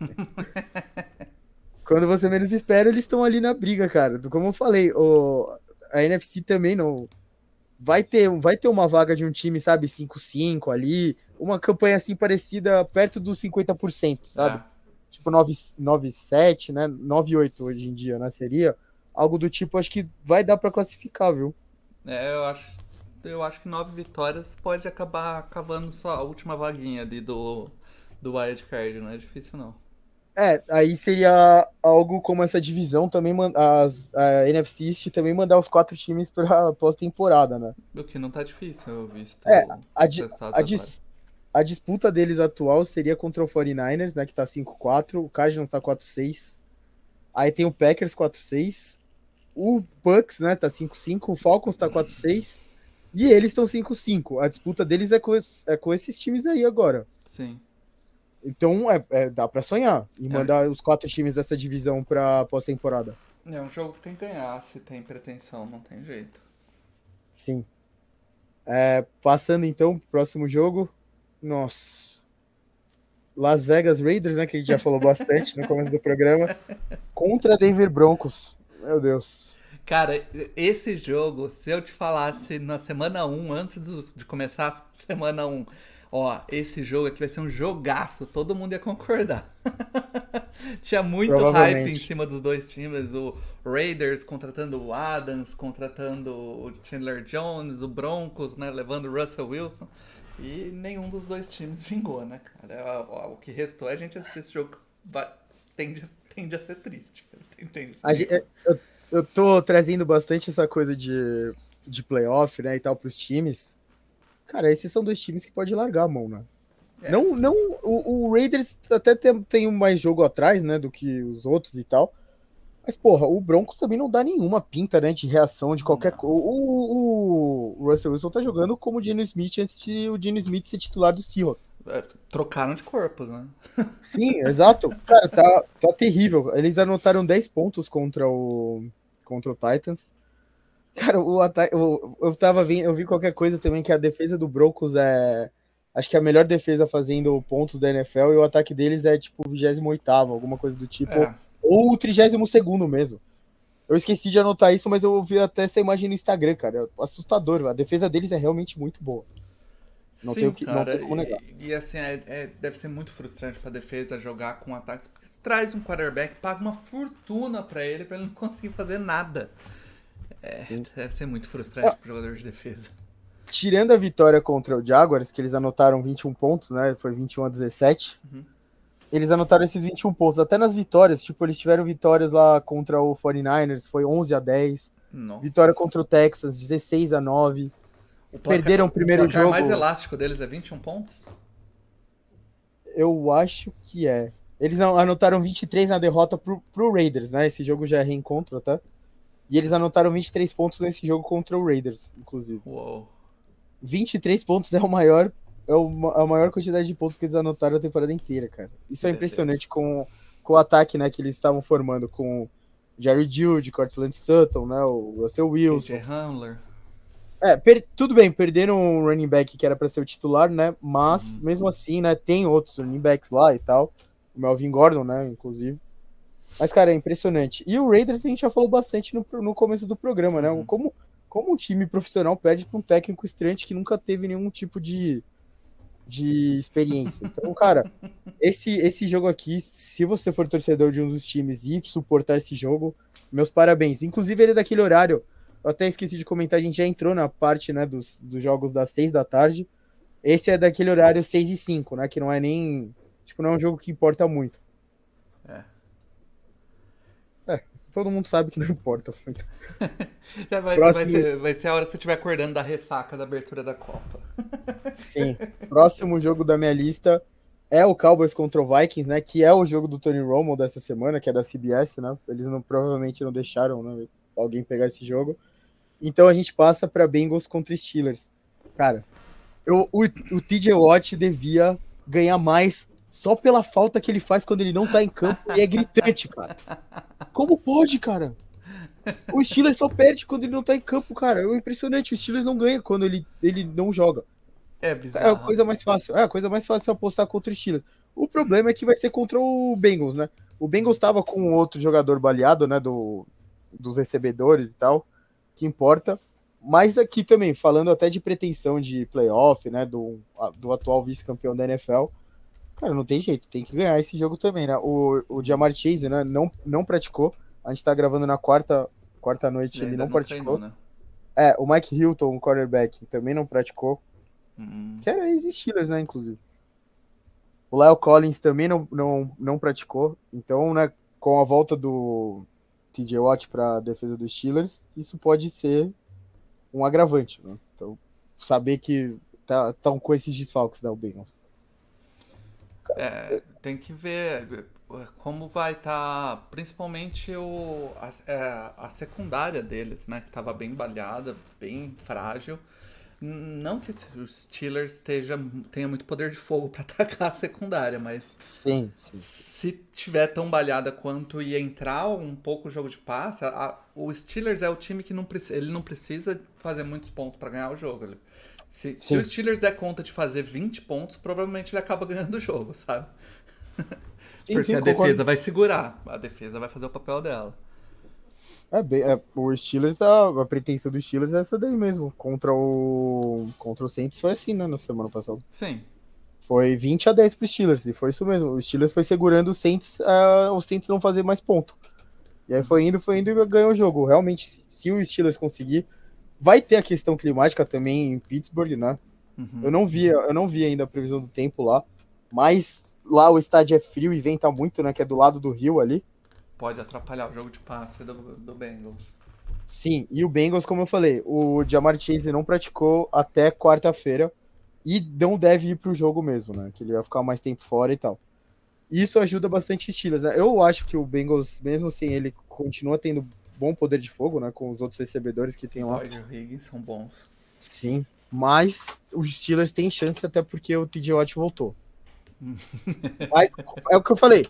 Quando você menos espera, eles estão ali na briga, cara. Como eu falei, a NFC também não vai ter uma vaga de um time, sabe, 5-5 ali, uma campanha assim parecida perto dos 50%, sabe? Tipo 9-7, né? 9-8 hoje em dia, né? Seria algo do tipo, acho que vai dar pra classificar, viu? Eu acho que 9 vitórias pode acabar cavando só a última vaguinha ali do Wild Card, não é difícil não. Aí seria algo como essa divisão também, a NFC East também mandar os 4 times pra pós-temporada, né? O que não tá difícil, eu visto A, os di- resultados a, agora. dis- a disputa deles atual seria contra o 49ers, né, que tá 5-4, o Cardinals tá 4-6, aí tem o Packers 4-6, o Bucks, né, tá 5-5, o Falcons tá 4-6, e eles estão 5-5. A disputa deles é com esses times aí agora. Sim. Então, dá pra sonhar e mandar os 4 times dessa divisão pra pós-temporada. É um jogo que tem que ganhar, se tem pretensão, não tem jeito. Sim. Passando então pro próximo jogo. Nossa. Las Vegas Raiders, né, que a gente já falou bastante no começo do programa, contra Denver Broncos. Meu Deus. Cara, esse jogo, se eu te falasse na semana 1, antes de começar a semana 1, ó, esse jogo aqui vai ser um jogaço, todo mundo ia concordar. Tinha muito hype em cima dos dois times, o Raiders contratando o Adams, contratando o Chandler Jones, o Broncos, né, levando o Russell Wilson, e nenhum dos dois times vingou, né, cara? O que restou é a gente assistir esse jogo, tende a ser triste. Eu tô trazendo bastante essa coisa de playoff, né, e tal, pros times. Cara, esses são 2 times que pode largar a mão, né? Não, o Raiders até tem mais jogo atrás, né, do que os outros e tal. Mas, porra, o Broncos também não dá nenhuma pinta, né, de reação de qualquer coisa. O Russell Wilson tá jogando como o Geno Smith antes de o Geno Smith ser titular do Seahawks. Trocaram de corpo, né? Sim, exato. Cara, tá terrível. Eles anotaram 10 pontos contra o Titans. Cara, eu vi qualquer coisa também que a defesa do Broncos acho que é a melhor defesa fazendo pontos da NFL e o ataque deles é tipo 28º, alguma coisa do tipo, ou o 32º mesmo. Eu esqueci de anotar isso, mas eu vi até essa imagem no Instagram, cara. É assustador. A defesa deles é realmente muito boa. Não tem como negar. E assim, deve ser muito frustrante pra defesa jogar com ataques, porque você traz um quarterback, paga uma fortuna pra ele não conseguir fazer nada. Deve ser muito frustrante pro jogador de defesa. Tirando a vitória contra o Jaguars, que eles anotaram 21 pontos, né? Foi 21-17. Eles anotaram esses 21 pontos. Até nas vitórias, tipo, eles tiveram vitórias lá contra o 49ers, foi 11-10. Nossa. Vitória contra o Texans, 16-9. Perderam o primeiro jogo. O placar mais elástico deles é 21 pontos? Eu acho que é. Eles anotaram 23 na derrota pro Raiders, né? Esse jogo já é reencontro, tá? E eles anotaram 23 pontos nesse jogo contra o Raiders, inclusive. Uou. 23 pontos é a maior quantidade de pontos que eles anotaram a temporada inteira, cara. Isso é impressionante com o ataque, né, que eles estavam formando com Jerry Jeudy, Cortland Sutton, né, o Russell Wilson. KJ Hamler. Tudo bem, perderam um running back que era para ser o titular, né, mas mesmo assim, né, tem outros running backs lá e tal. O Melvin Gordon, né, inclusive. Mas, cara, é impressionante. E o Raiders a gente já falou bastante no começo do programa, né, como um time profissional perde para um técnico estreante que nunca teve nenhum tipo de experiência. Então, cara, esse jogo aqui, se você for torcedor de um dos times e suportar esse jogo, meus parabéns. Inclusive, ele é daquele horário, eu até esqueci de comentar, a gente já entrou na parte, né, dos jogos das 6 da tarde. Esse é daquele horário 6-5, né, que não é nem, tipo, não é um jogo que importa muito. Todo mundo sabe que não importa muito. Vai ser a hora que você estiver acordando da ressaca da abertura da Copa. Sim. Próximo jogo da minha lista é o Cowboys contra o Vikings, né? Que é o jogo do Tony Romo dessa semana, que é da CBS, né? Eles provavelmente não deixaram, né, alguém pegar esse jogo. Então a gente passa para Bengals contra Steelers. Cara, o TJ Watt devia ganhar mais só pela falta que ele faz quando ele não tá em campo e é gritante, cara. Como pode, cara? O Steelers só perde quando ele não tá em campo, cara. É impressionante. O Steelers não ganha quando ele não joga. É bizarro. É a coisa mais fácil. É a coisa mais fácil apostar contra o Steelers. O problema é que vai ser contra o Bengals, né? O Bengals tava com outro jogador baleado, né? Dos recebedores e tal. Que importa. Mas aqui também, falando até de pretensão de playoff, né, do atual vice-campeão da NFL, cara, não tem jeito, tem que ganhar esse jogo também, né? O Ja'Marr Chase, né, não praticou. A gente tá gravando na quarta noite, Ele ele ainda não não treinou, praticou. né? O Mike Hilton, o cornerback, também não praticou. Que era ex-Steelers, né, inclusive. O Lyle Collins também não praticou. Então, né, com a volta do TJ Watt para a defesa dos Steelers, isso pode ser um agravante, né? Então, saber que estão com esses desfalques da Bengals. Tem que ver como vai estar, principalmente a secundária deles, né? Que estava bem baleada, bem frágil. Não que os Steelers tenha muito poder de fogo para atacar a secundária, mas Sim. se tiver tão balhada quanto ia entrar um pouco o jogo de passe, o Steelers é o time que ele não precisa fazer muitos pontos para ganhar o jogo. Se o Steelers der conta de fazer 20 pontos, provavelmente ele acaba ganhando o jogo, sabe? Porque a defesa vai segurar, a defesa vai fazer o papel dela. O Steelers, a pretensão do Steelers é essa daí mesmo. Contra o Saints foi assim, né, na semana passada. Sim. Foi 20-10 pro Steelers, e foi isso mesmo. O Steelers foi segurando o Saints não fazer mais ponto. E aí foi indo e ganhou o jogo. Realmente, se o Steelers conseguir, vai ter a questão climática também em Pittsburgh, né? Eu não vi ainda a previsão do tempo lá, mas lá o estádio é frio e venta muito, né? Que é do lado do rio ali. Pode atrapalhar o jogo de passe do Bengals. Sim, e o Bengals, como eu falei, o Ja'Marr Chase não praticou até quarta-feira e não deve ir pro jogo mesmo, né? Que ele vai ficar mais tempo fora e tal. Isso ajuda bastante os Steelers, né? Eu acho que o Bengals, mesmo sem ele, continua tendo bom poder de fogo, né? Com os outros recebedores que tem lá. Boyd e Higgins são bons. Sim, mas os Steelers têm chance até porque o TJ Watt voltou. Mas é o que eu falei.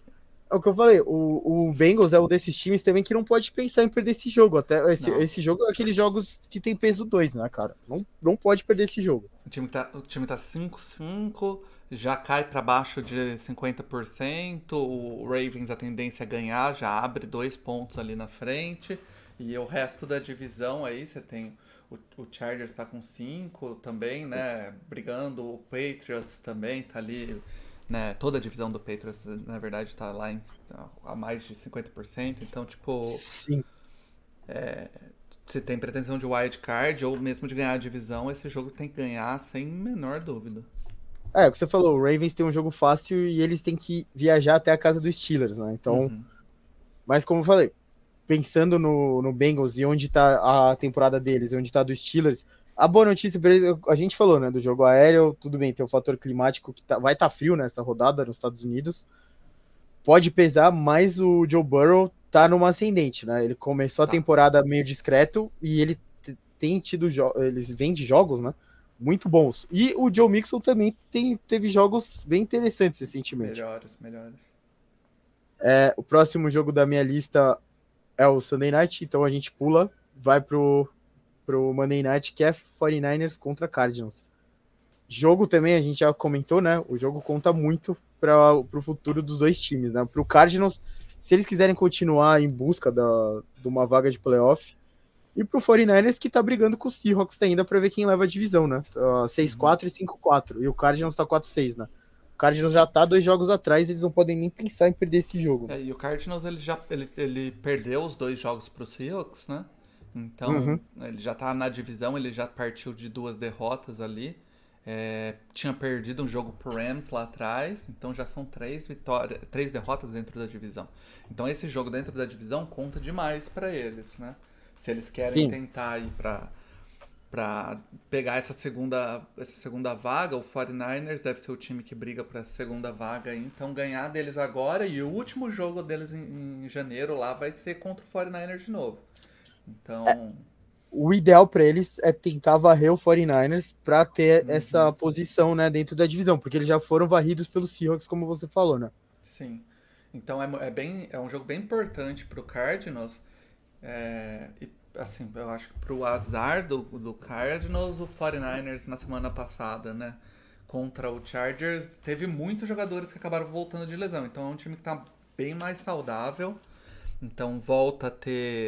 O Bengals é um desses times também que não pode pensar em perder esse jogo. Até esse jogo é aqueles jogos que tem peso 2, né, cara? Não pode perder esse jogo. O time tá 5-5, já cai para baixo de 50%. O Ravens, a tendência é ganhar, já abre 2 pontos ali na frente. E o resto da divisão aí, você tem o Chargers tá com 5 também, né? Brigando. O Patriots também tá ali, né? Toda a divisão do Patriots, na verdade, tá lá a mais de 50%. Então, tipo... Sim. Se tem pretensão de wild card ou mesmo de ganhar a divisão, esse jogo tem que ganhar sem menor dúvida. O que você falou, o Ravens tem um jogo fácil e eles têm que viajar até a casa dos Steelers, né? Então, mas como eu falei, pensando no Bengals e onde tá a temporada deles, onde tá dos Steelers, a boa notícia pra eles, a gente falou, né, do jogo aéreo, tudo bem, tem o fator climático que vai estar frio nessa rodada nos Estados Unidos, pode pesar, mas o Joe Burrow tá numa ascendente, né? Ele começou a temporada meio discreto e ele tem tido eles vêm de jogos, né? Muito bons. E o Joe Mixon também teve jogos bem interessantes recentemente. Melhores. O próximo jogo da minha lista é o Sunday Night, então a gente pula, vai pro Monday Night, que é 49ers contra Cardinals. Jogo também, a gente já comentou, né? O jogo conta muito para o futuro dos dois times, né? Pro Cardinals, se eles quiserem continuar em busca de uma vaga de playoff, e pro 49ers, que tá brigando com o Seahawks ainda para ver quem leva a divisão, né? 6-4 e 5-4. E o Cardinals tá 4-6, né? O Cardinals já tá 2 jogos atrás, eles não podem nem pensar em perder esse jogo. E o Cardinals, ele perdeu os 2 jogos pro Seahawks, né? Então, ele já tá na divisão, ele já partiu de 2 derrotas ali. Tinha perdido um jogo pro Rams lá atrás, então já são 3 derrotas dentro da divisão. Então esse jogo dentro da divisão conta demais para eles, né? Se eles querem tentar ir para pegar essa segunda vaga, o 49ers deve ser o time que briga para essa segunda vaga, então ganhar deles agora, e o último jogo deles em janeiro lá vai ser contra o 49ers de novo. Então... O ideal para eles é tentar varrer o 49ers para ter essa posição, né, dentro da divisão, porque eles já foram varridos pelos Seahawks, como você falou, né? Sim. Então é um jogo bem importante para o Cardinals. E assim, eu acho que pro azar do Cardinals, o 49ers na semana passada, né, contra o Chargers, teve muitos jogadores que acabaram voltando de lesão. Então é um time que tá bem mais saudável. Então volta a ter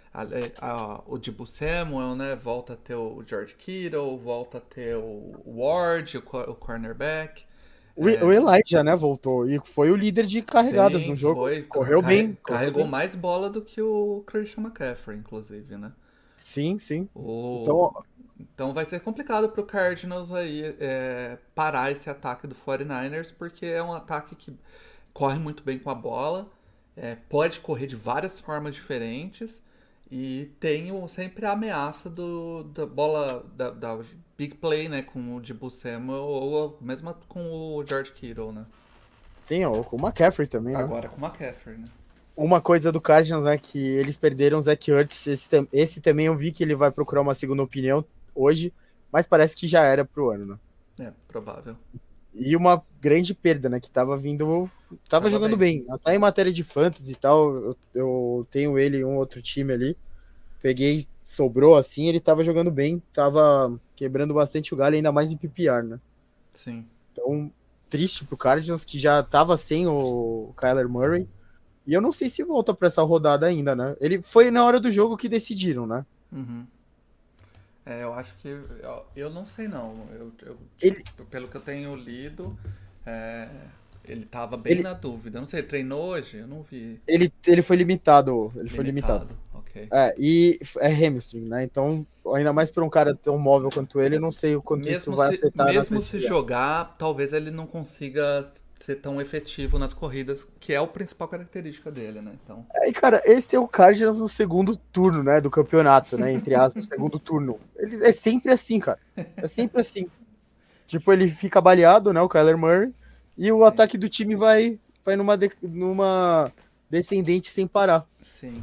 O Deebo Samuel, né? Volta a ter o George Kittle, volta a ter o Ward, o cornerback. O Elijah, né, voltou e foi o líder de carregadas Sim, no jogo. foi. Correu bem. Carregou mais bola do que o Christian McCaffrey, inclusive, né? Sim, sim. Então vai ser complicado pro Cardinals aí parar esse ataque do 49ers, porque é um ataque que corre muito bem com a bola, pode correr de várias formas diferentes e tem sempre a ameaça da bola, da big play, né, com o Deebo Samuel ou mesmo com o George Kittle, né? Sim, ou com o McCaffrey também, né? Agora com o McCaffrey, né? Uma coisa do Cardinals, né, que eles perderam o Zach Ertz, esse também eu vi que ele vai procurar uma segunda opinião hoje, mas parece que já era pro ano, né? É, provável. E uma grande perda, né, que tava jogando bem. Até em matéria de fantasy e tal, eu tenho ele em um outro time ali, peguei, sobrou assim, ele tava jogando bem, tava quebrando bastante o galho, ainda mais em PPR, né? Sim. Então, triste pro Cardinals, que já tava sem o Kyler Murray. E eu não sei se volta pra essa rodada ainda, né? Ele foi na hora do jogo que decidiram, né? Uhum. Eu acho que... Eu não sei, não. Pelo que eu tenho lido, ele tava bem na dúvida. Eu não sei, ele treinou hoje? Eu não vi. Ele foi limitado. Foi limitado. Ok. E é hamstring, né? Então, ainda mais pra um cara tão móvel quanto ele, eu não sei o quanto isso vai afetar. Mesmo se jogar, talvez ele não consiga ser tão efetivo nas corridas, que é a principal característica dele, né? Então... E, cara, esse é o Cardinals no segundo turno, né? Do campeonato, né? Entre aspas, segundo turno. É sempre assim, cara. É sempre assim. Tipo, ele fica baleado, né? O Kyler Murray. E o ataque do time vai numa descendente sem parar. Sim.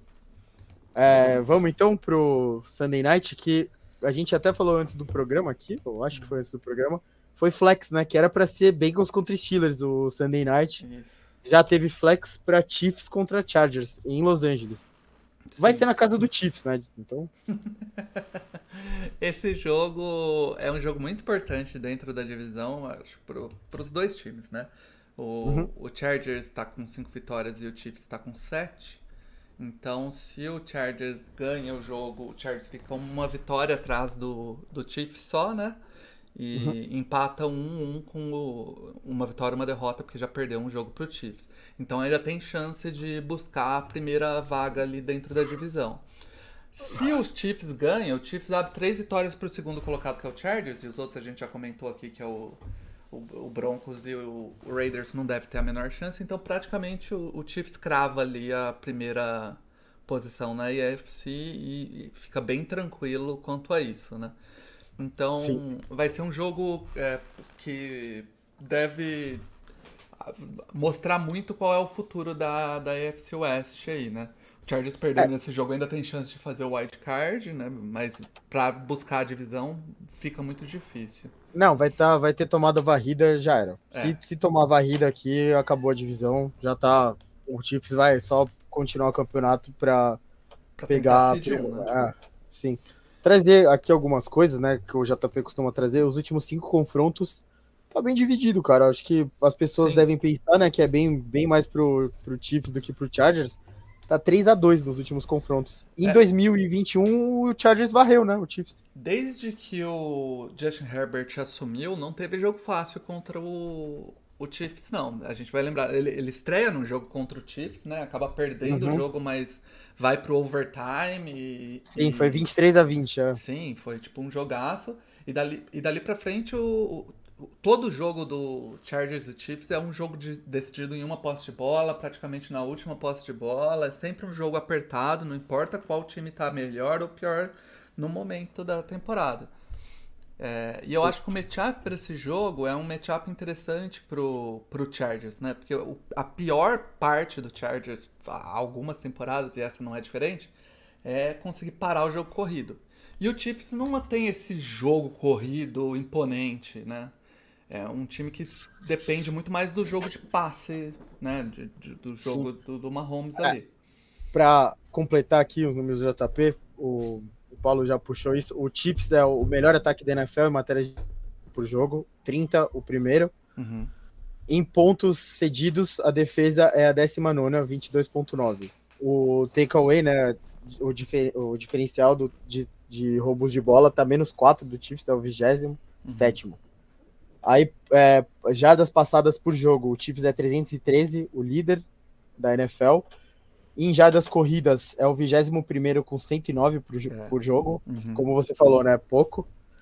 Vamos então pro Sunday Night, que a gente até falou antes do programa aqui, eu acho que foi antes do programa, foi flex, né, que era para ser Bengals contra Steelers do Sunday Night. Isso. Já teve flex para Chiefs contra Chargers em Los Angeles. Sim. Vai ser na casa do Chiefs, né? Então. Esse jogo é um jogo muito importante dentro da divisão, acho, para os dois times, né? O Chargers está com 5 vitórias e o Chiefs está com 7. Então, se o Chargers ganha o jogo, o Chargers fica uma vitória atrás do Chiefs só, né? E empata 1-1 com uma vitória e uma derrota, porque já perdeu um jogo pro Chiefs. Então ainda tem chance de buscar a primeira vaga ali dentro da divisão. Se os Chiefs ganham, o Chiefs abre 3 vitórias pro segundo colocado, que é o Chargers, e os outros a gente já comentou aqui, que é o Broncos e o Raiders não deve ter a menor chance. Então praticamente o Chiefs crava ali a primeira posição na AFC e fica bem tranquilo quanto a isso, né? Então, sim, vai ser um jogo que deve mostrar muito qual é o futuro da AFC West aí, né? O Chargers perdendo esse jogo ainda tem chance de fazer o wild card, né? Mas para buscar a divisão fica muito difícil. Não, vai ter tomado a varrida, já era. Se tomar a varrida aqui, acabou a divisão, já tá. O Chiefs vai só continuar o campeonato para pegar. Né? Sim. Trazer aqui algumas coisas, né, que o JP costuma trazer, os últimos 5 confrontos, tá bem dividido, cara. Acho que as pessoas devem pensar, né, que é bem mais pro Chiefs do que pro Chargers. Tá 3-2 nos últimos confrontos. Em 2021, o Chargers varreu, né, o Chiefs. Desde que o Justin Herbert assumiu, não teve jogo fácil contra o Chiefs, não. A gente vai lembrar, ele estreia no jogo contra o Chiefs, né, acaba perdendo o jogo, mas vai pro overtime. Sim, foi 23-20. Sim, foi tipo um jogaço. E dali pra frente, todo jogo do Chargers e Chiefs é um jogo decidido em uma posse de bola, praticamente na última posse de bola. É sempre um jogo apertado, não importa qual time tá melhor ou pior no momento da temporada. E eu acho que o matchup para esse jogo é um matchup interessante pro Chargers, né? Porque a pior parte do Chargers, há algumas temporadas, e essa não é diferente, é conseguir parar o jogo corrido. E o Chiefs não tem esse jogo corrido imponente, né? É um time que depende muito mais do jogo de passe, né? Do jogo do Mahomes ali. Para completar aqui os números do JP, o Paulo já puxou isso. O Chiefs é o melhor ataque da NFL em matéria por jogo, 30 o primeiro. Em pontos cedidos, a defesa é a 19ª, 22.9. O takeaway, né, o diferencial de roubos de bola tá -4 do Chiefs, é o 27º. Aí, jardas passadas por jogo, o Chiefs é 313, o líder da NFL. E em jardas corridas, é o 21º com 109 por jogo. Como você falou, né? Pouco.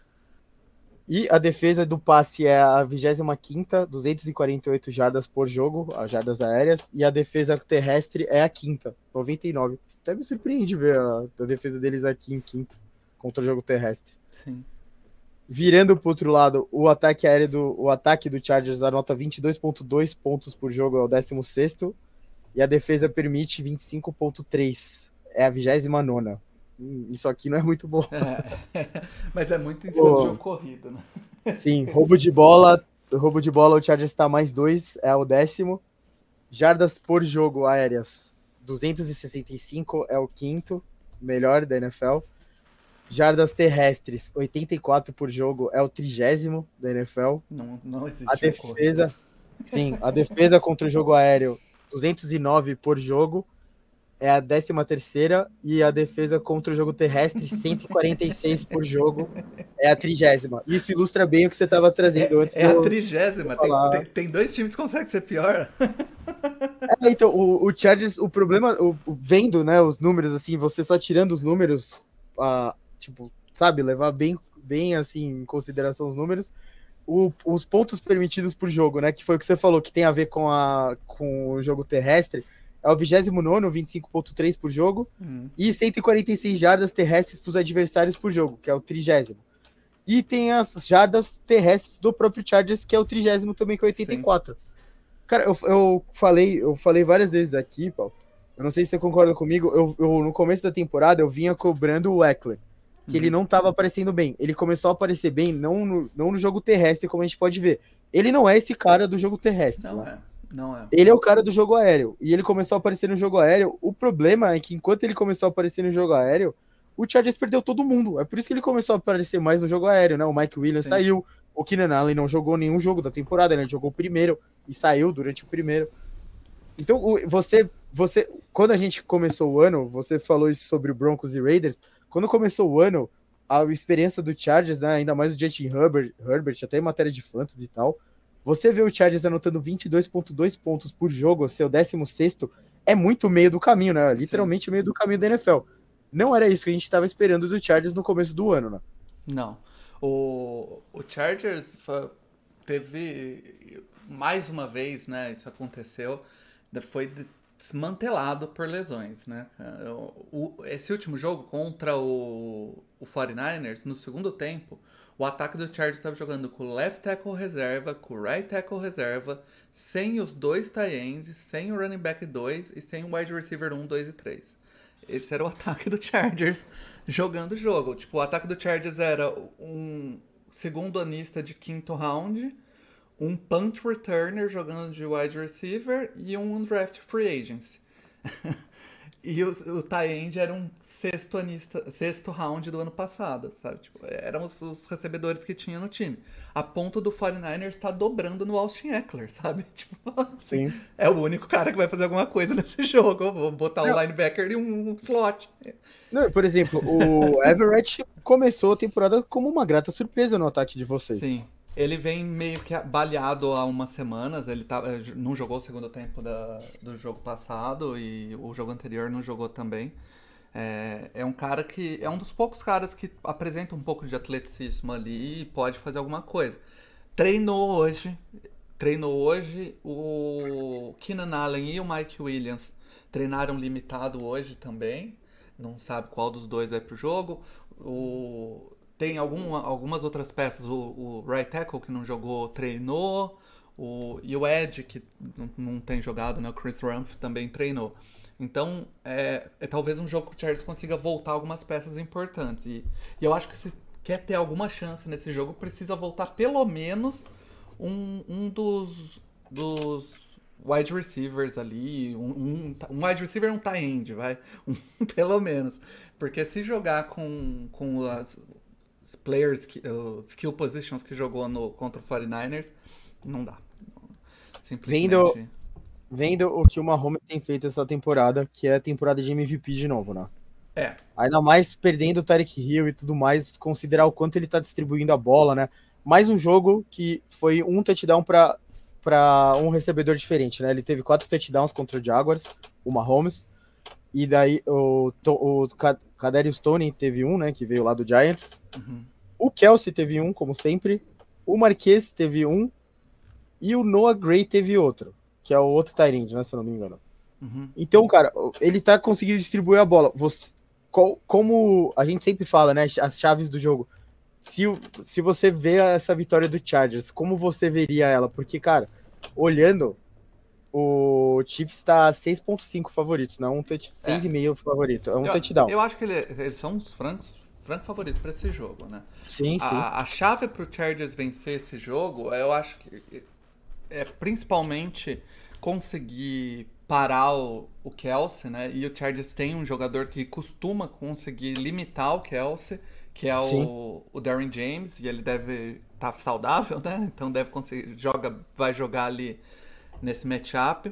E a defesa do passe é a 25ª, 248 jardas por jogo, as jardas aéreas. E a defesa terrestre é a 5ª, 99. Até me surpreende ver a defesa deles aqui em 5º contra o jogo terrestre. Sim. Virando pro outro lado, o ataque do Chargers anota 22,2 pontos por jogo, é o 16º. E a defesa permite 25,3. É a 29ª. Isso aqui não é muito bom. Mas é muito em cima do jogo corrido, né? Sim, roubo de bola, o Chargers está +2, é o 10º. Jardas por jogo aéreas, 265 é o 5º, melhor da NFL. Jardas terrestres, 84 por jogo, é o 30º da NFL. Não existe. A defesa, a defesa contra o jogo aéreo, 209 por jogo, é a 13ª, e a defesa contra o jogo terrestre, 146 por jogo, é a 30ª. Isso ilustra bem o que você estava trazendo antes. É a 30ª. Tem 2 times que conseguem ser pior. Então, o Chargers, o problema, vendo, né, os números, assim, você só tirando os números, tipo, sabe, levar bem assim, em consideração os números, os pontos permitidos por jogo, né, que foi o que você falou, que tem a ver com o jogo terrestre, é o 29º, 25,3 por jogo, e 146 jardas terrestres para os adversários por jogo, que é o 30º. E tem as jardas terrestres do próprio Chargers, que é o 30º também, que é 84. Sim. Cara, eu falei várias vezes aqui, Paulo, eu não sei se você concorda comigo, eu no começo da temporada eu vinha cobrando o Ekeler, que ele não estava aparecendo bem. Ele começou a aparecer bem, não no jogo terrestre, como a gente pode ver. Ele não é esse cara do jogo terrestre. Não é. Ele é o cara do jogo aéreo. E ele começou a aparecer no jogo aéreo. O problema é que enquanto ele começou a aparecer no jogo aéreo, o Chargers perdeu todo mundo. É por isso que ele começou a aparecer mais no jogo aéreo, né? O Mike Williams saiu. O Keenan Allen não jogou nenhum jogo da temporada, né? Ele jogou o primeiro e saiu durante o primeiro. Então, você quando a gente começou o ano, você falou isso sobre o Broncos e Raiders. Quando começou o ano, a experiência do Chargers, né? Ainda mais o Justin Herbert, até em matéria de fantasy e tal, você vê o Chargers anotando 22,2 pontos por jogo, seu 16º, é muito meio do caminho, né? Literalmente meio do caminho da NFL. Não era isso que a gente estava esperando do Chargers no começo do ano, né? Não. O Chargers teve, mais uma vez, né? Isso aconteceu, foi desmantelado por lesões, né? Esse último jogo contra o 49ers, no segundo tempo, o ataque do Chargers estava jogando com o left tackle reserva, com o right tackle reserva, sem os 2 tight ends, sem o running back 2 e sem o wide receiver 1, 2 e 3. Esse era o ataque do Chargers jogando o jogo. Tipo, o ataque do Chargers era um segundo anista de 5º round, um punt returner jogando de wide receiver e um undrafted free agency. E o tight end era um sexto round do ano passado, sabe? Tipo, eram os recebedores que tinha no time. A ponto do 49ers estar dobrando no Austin Ekeler, sabe? Tipo, assim, é o único cara que vai fazer alguma coisa nesse jogo. Eu vou botar um linebacker e um slot. Não, por exemplo, o Everett começou a temporada como uma grata surpresa no ataque de vocês. Sim. Ele vem meio que baleado há umas semanas, ele não jogou o segundo tempo do jogo passado e o jogo anterior não jogou também. É um cara que é um dos poucos caras que apresenta um pouco de atleticismo ali e pode fazer alguma coisa. Treinou hoje, o Keenan Allen e o Mike Williams treinaram limitado hoje também, não sabe qual dos dois vai pro jogo. Tem algumas outras peças, o right tackle que não jogou, treinou, e o Ed, que não tem jogado, né, o Chris Rumph também treinou. Então, é talvez um jogo que o Chargers consiga voltar algumas peças importantes. E eu acho que se quer ter alguma chance nesse jogo, precisa voltar pelo menos um dos wide receivers ali, um wide receiver e um tight end, vai? Pelo menos. Porque se jogar com as players, skill positions que jogou contra o 49ers, não dá. Simplesmente. Vendo o que o Mahomes tem feito essa temporada, que é a temporada de MVP de novo, né? É. Ainda mais perdendo o Tyreek Hill e tudo mais, considerar o quanto ele tá distribuindo a bola, né? Mais um jogo que foi um touchdown para um recebedor diferente, né? Ele teve 4 touchdowns contra o Jaguars, o Mahomes, e daí o Kadarius Toney teve um, né? Que veio lá do Giants. O Kelce teve um, como sempre. O Marquez teve um. E o Noah Gray teve outro, que é o outro tight end, né? Se eu não me engano. Então, cara, ele tá conseguindo distribuir a bola. Como a gente sempre fala, né? As chaves do jogo. Se você vê essa vitória do Chargers, como você veria ela? Porque, cara, olhando, o Chiefs tá 6.5 favoritos, não 6,5 favorito. É um touchdown. Eu acho que eles são os franco favorito para esse jogo, né? Sim, sim. A chave pro Chargers vencer esse jogo, eu acho que é principalmente conseguir parar o Kelce, né? E o Chargers tem um jogador que costuma conseguir limitar o Kelce, que é o Derwin James, e ele deve estar saudável, né? Então deve conseguir, vai jogar ali nesse matchup.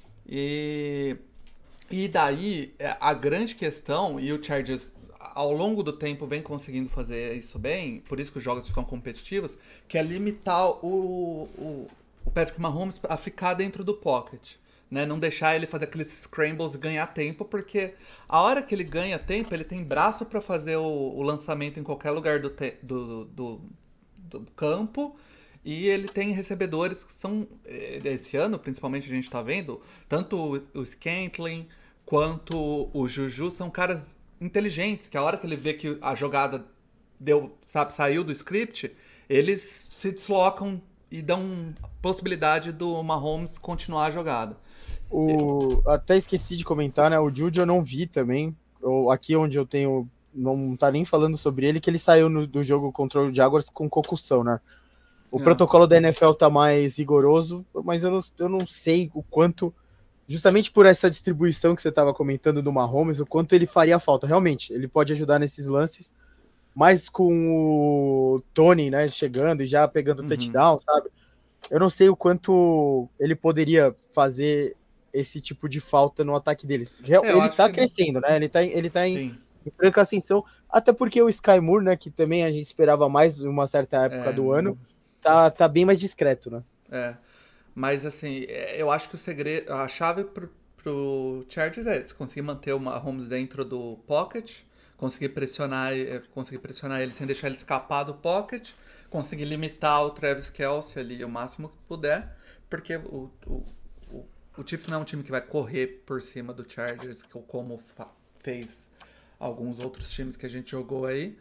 E daí, a grande questão, e o Chargers ao longo do tempo vem conseguindo fazer isso bem, por isso que os jogos ficam competitivos, que é limitar o Patrick Mahomes a ficar dentro do pocket. Né? Não deixar ele fazer aqueles scrambles e ganhar tempo, porque a hora que ele ganha tempo, ele tem braço para fazer o lançamento em qualquer lugar do campo, e ele tem recebedores que são, esse ano principalmente a gente tá vendo, tanto o Scantling quanto o Juju são caras inteligentes, que a hora que ele vê que a jogada saiu do script, eles se deslocam e dão possibilidade do Mahomes continuar a jogada. Até esqueci de comentar, né? O Juju eu não vi também. Aqui onde eu tenho, não tá nem falando sobre ele, que ele saiu do jogo contra o Jaguars com concussão, né? O protocolo da NFL tá mais rigoroso, mas eu não sei o quanto, justamente por essa distribuição que você estava comentando do Mahomes, o quanto ele faria falta. Realmente, ele pode ajudar nesses lances, mas com o Tony, né, chegando e já pegando o touchdown, sabe? Eu não sei o quanto ele poderia fazer esse tipo de falta no ataque dele. Ele tá crescendo, né? Ele tá em franca ascensão, até porque o Sky Moore, né, que também a gente esperava mais em uma certa época do ano, tá bem mais discreto, né? Mas assim, eu acho que o segredo, a chave pro Chargers é conseguir manter o Mahomes dentro do pocket, conseguir pressionar ele sem deixar ele escapar do pocket, conseguir limitar o Travis Kelce ali o máximo que puder, porque o Chiefs não é um time que vai correr por cima do Chargers, como fez alguns outros times que a gente jogou aí.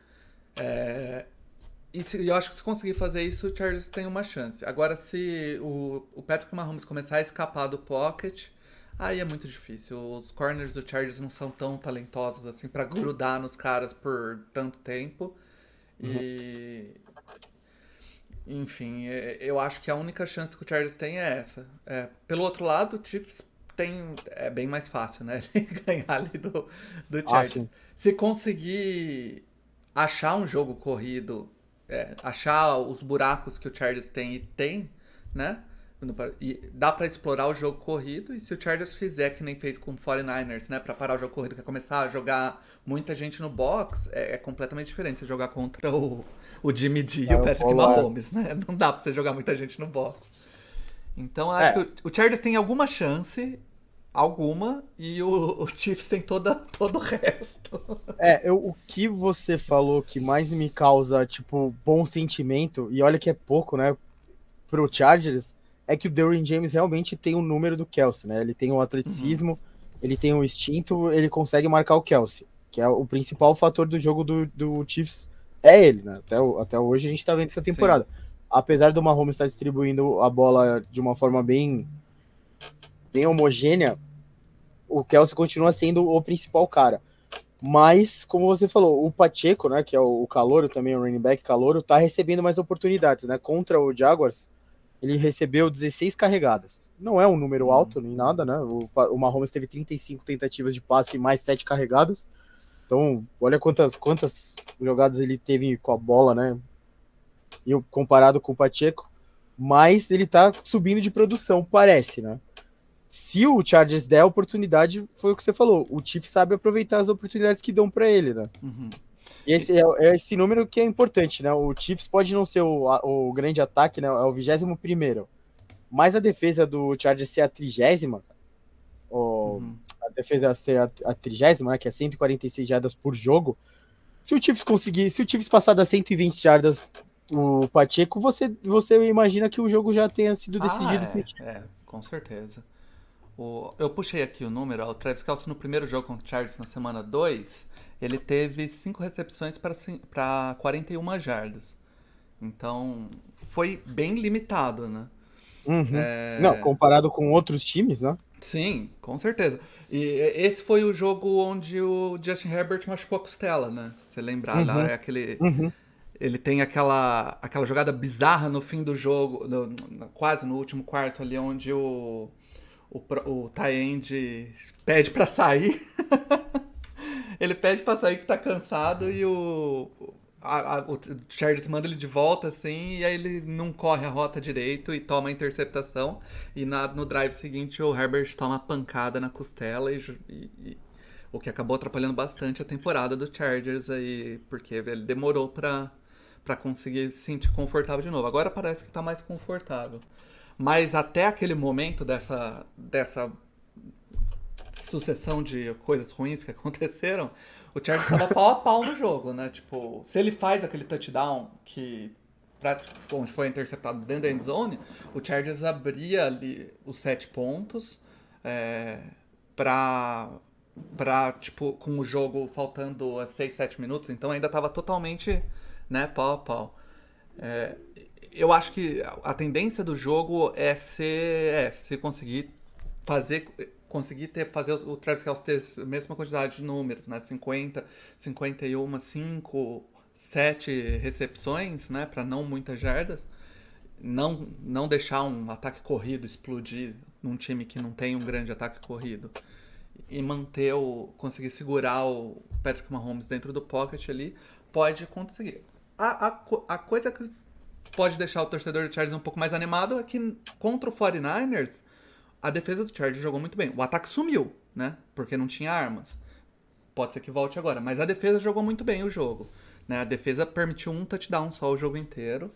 E eu acho que se conseguir fazer isso, o Chargers tem uma chance. Agora, se o Patrick Mahomes começar a escapar do pocket, aí é muito difícil. Os corners do Chargers não são tão talentosos assim pra grudar nos caras por tanto tempo. E... Enfim, eu acho que a única chance que o Chargers tem é essa. Pelo outro lado, o Chiefs é bem mais fácil, né? Ganhar ali do Chargers. Se conseguir achar um jogo corrido, achar os buracos que o Chargers tem, né? E dá pra explorar o jogo corrido, e se o Chargers fizer que nem fez com o 49ers, né? Pra parar o jogo corrido, que é começar a jogar muita gente no box, é completamente diferente você jogar contra o Jimmy G e o Patrick Mahomes, né? Não dá pra você jogar muita gente no box. Então acho que o Chargers tem alguma chance, e o Chiefs tem todo o resto. O que você falou que mais me causa, tipo, bom sentimento, e olha que é pouco, né, pro Chargers, é que o Derwin James realmente tem o número do Kelce, né? Ele tem o atleticismo, ele tem o instinto, ele consegue marcar o Kelce, que é o principal fator do jogo do Chiefs, é ele, né? Até hoje a gente tá vendo essa temporada. Sim. Apesar do Mahomes estar distribuindo a bola de uma forma bem homogênea, o Kelce continua sendo o principal cara. Mas, como você falou, o Pacheco, né, que é o calouro também, o running back calouro, tá recebendo mais oportunidades, né? Contra o Jaguars, ele recebeu 16 carregadas. Não é um número alto nem nada, né? O Mahomes teve 35 tentativas de passe e mais 7 carregadas. Então, olha quantas jogadas ele teve com a bola, né? E comparado com o Pacheco. Mas ele tá subindo de produção, parece, né? Se o Chargers der a oportunidade, foi o que você falou, o Chiefs sabe aproveitar as oportunidades que dão para ele, né? Uhum. E esse é esse número que é importante, né? O Chiefs pode não ser o grande ataque, né? É o 21º, mas a defesa do Chargers ser a 30ª, a defesa ser a 30ª, né? Que é 146 jardas por jogo. Se o Chiefs passar das 120 jardas o Pacheco, você imagina que o jogo já tenha sido decidido. Com certeza. Eu puxei aqui o número, o Travis Kelce no primeiro jogo contra o Chargers na semana 2, ele teve 5 recepções para 41 jardas. Então, foi bem limitado, né? Não, comparado com outros times, né? Sim, com certeza. E esse foi o jogo onde o Justin Herbert machucou a costela, né? Se você lembrar, lá é aquele... Ele tem aquela jogada bizarra no fim do jogo, quase no último quarto ali, onde o tight end pede pra sair. Ele pede pra sair que tá cansado e o Chargers manda ele de volta, assim, e aí ele não corre a rota direito e toma a interceptação. E no drive seguinte o Herbert toma uma pancada na costela e o que acabou atrapalhando bastante a temporada do Chargers aí, porque ele demorou pra conseguir se sentir confortável de novo. Agora parece que tá mais confortável. Mas até aquele momento dessa sucessão de coisas ruins que aconteceram, o Chargers estava pau a pau no jogo, né? Tipo, se ele faz aquele touchdown onde foi interceptado dentro da endzone, o Chargers abria ali os 7 pontos tipo, com o jogo faltando 6, 7 minutos, então ainda estava totalmente, né, pau a pau. Eu acho que a tendência do jogo é se conseguir fazer o Travis Kelce ter a mesma quantidade de números, né? 50, 51, 5, 7 recepções, né? Para não muitas jardas. Não deixar um ataque corrido explodir num time que não tem um grande ataque corrido. E conseguir segurar o Patrick Mahomes dentro do pocket ali, pode conseguir. A coisa que pode deixar o torcedor do Chargers um pouco mais animado é que contra o 49ers, a defesa do Chargers jogou muito bem. O ataque sumiu, né? Porque não tinha armas. Pode ser que volte agora. Mas a defesa jogou muito bem o jogo, né? A defesa permitiu um touchdown só o jogo inteiro.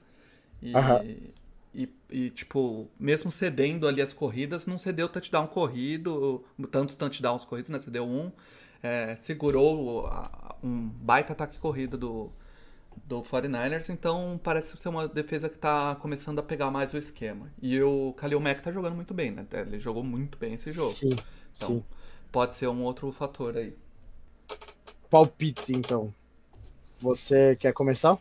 E tipo, mesmo cedendo ali as corridas, não cedeu touchdown corrido, tantos touchdowns corridos, né? Cedeu um. Segurou um baita ataque corrido do 49ers, então parece ser uma defesa que tá começando a pegar mais o esquema. E o Khalil Mack tá jogando muito bem, né? Ele jogou muito bem esse jogo. Sim, então, sim. Pode ser um outro fator aí. Palpite, então. Você quer começar?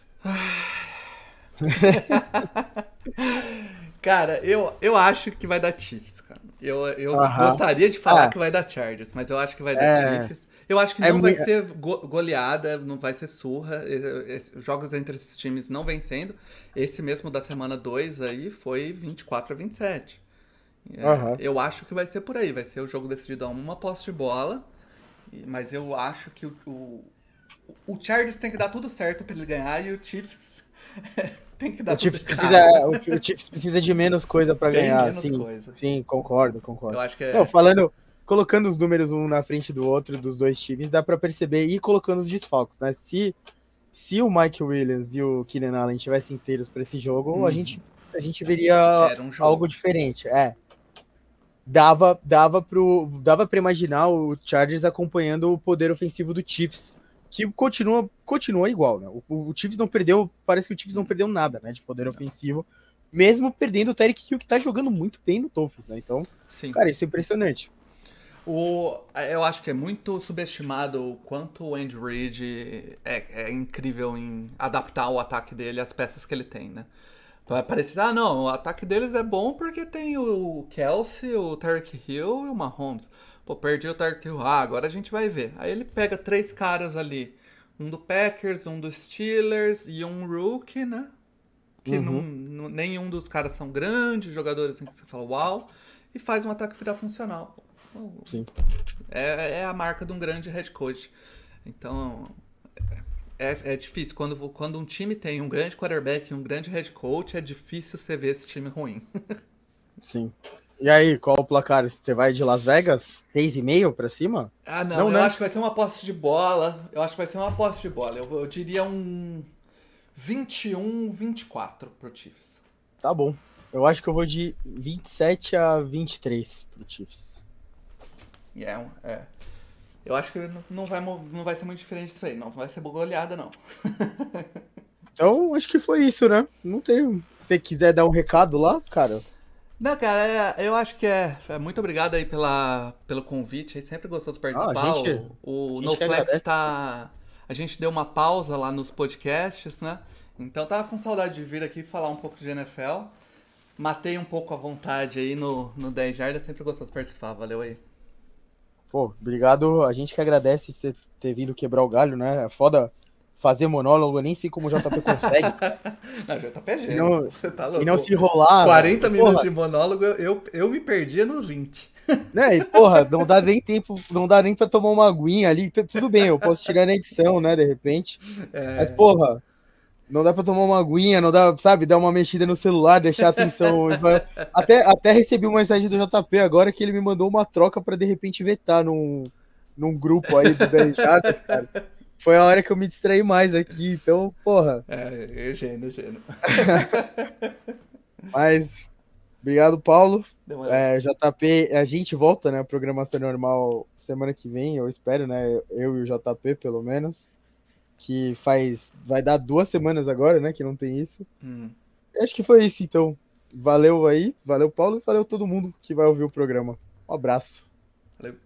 Cara, eu acho que vai dar Chiefs, cara. Eu gostaria de falar que vai dar Chargers, mas eu acho que vai dar Chiefs. Eu acho que não vai ser goleada, não vai ser surra. Jogos entre esses times não vencendo. Esse mesmo da semana 2 aí foi 24-27. Eu acho que vai ser por aí. Vai ser o jogo decidido a uma posse de bola. Mas eu acho que o Chargers tem que dar tudo certo pra ele ganhar e o Chiefs tem que dar tudo errado. O Chiefs precisa de menos coisa pra ganhar. Menos coisa. Sim, concordo. Eu acho que Não, colocando os números um na frente do outro dos dois times, dá pra perceber e colocando os desfalques, né? Se o Mike Williams e o Keenan Allen estivessem inteiros pra esse jogo, a gente veria algo diferente. Dava pra imaginar o Chargers acompanhando o poder ofensivo do Chiefs, que continua igual, né? O Chiefs não perdeu, parece que o Chiefs não perdeu nada, né, de poder ofensivo, mesmo perdendo o Tyreek Hill, que tá jogando muito bem no Dolphins, né? Então, sim. Cara, isso é impressionante. Eu acho que é muito subestimado o quanto o Andy Reid é incrível em adaptar o ataque dele às peças que ele tem, né? Vai parecer, não, o ataque deles é bom porque tem o Kelce, o Tyreek Hill e o Mahomes. Pô, perdi o Tyreek Hill, agora a gente vai ver. Aí ele pega 3 caras ali, um do Packers, um do Steelers e um rookie, né? Que nenhum dos caras são grandes jogadores em que você fala uau, e faz um ataque virar funcional. Sim. É a marca de um grande head coach. Então, é difícil. Quando um time tem um grande quarterback e um grande head coach, é difícil você ver esse time ruim. Sim. E aí, qual o placar? Você vai de Las Vegas? 6,5 pra cima? Ah, não, Não, eu né? acho que vai ser uma posse de bola. Eu acho que vai ser uma posse de bola. Eu diria um 21-24 pro Chiefs. Tá bom. Eu acho que eu vou de 27-23 pro Chiefs. É. Eu acho que não vai ser muito diferente disso aí. Não vai ser goleada, não. Então, acho que foi isso, né? Não tem. Se você quiser dar um recado lá, cara. Não, cara, eu acho que muito obrigado aí pelo convite. É sempre gostoso Ah, participar. a O gente que NoFlex agradece. tá. A gente deu uma pausa lá nos podcasts, né? Então tava com saudade de vir aqui falar um pouco de NFL. Matei um pouco a vontade aí no 10 Jardas. É sempre gostoso participar. Valeu aí. Pô, obrigado. A gente que agradece você ter vindo quebrar o galho, né? É foda fazer monólogo, eu nem sei como o JP consegue. Não, JP é E gênio. não, Você tá e não louco. se enrolar, velho. 40 E, minutos porra, de monólogo, eu me perdia nos 20. né? E, porra, não dá nem tempo, não dá nem pra tomar uma aguinha ali. Tudo bem, eu posso tirar na edição, né? De repente. Mas, É, porra, não dá pra tomar uma aguinha, não dá, sabe, dar uma mexida no celular, deixar a atenção. Até recebi uma mensagem do JP agora que ele me mandou uma troca pra de repente vetar num grupo aí do 10 Jardas, cara. Foi a hora que eu me distraí mais aqui, então, porra. é gênio, gênio. Mas, obrigado, Paulo. Demorou. JP, a gente volta, né? A programação normal semana que vem, eu espero, né? Eu e o JP, pelo menos. Que vai dar 2 semanas agora, né? Que não tem isso. Acho que foi isso, então. Valeu aí, valeu, Paulo, e valeu todo mundo que vai ouvir o programa. Um abraço. Valeu.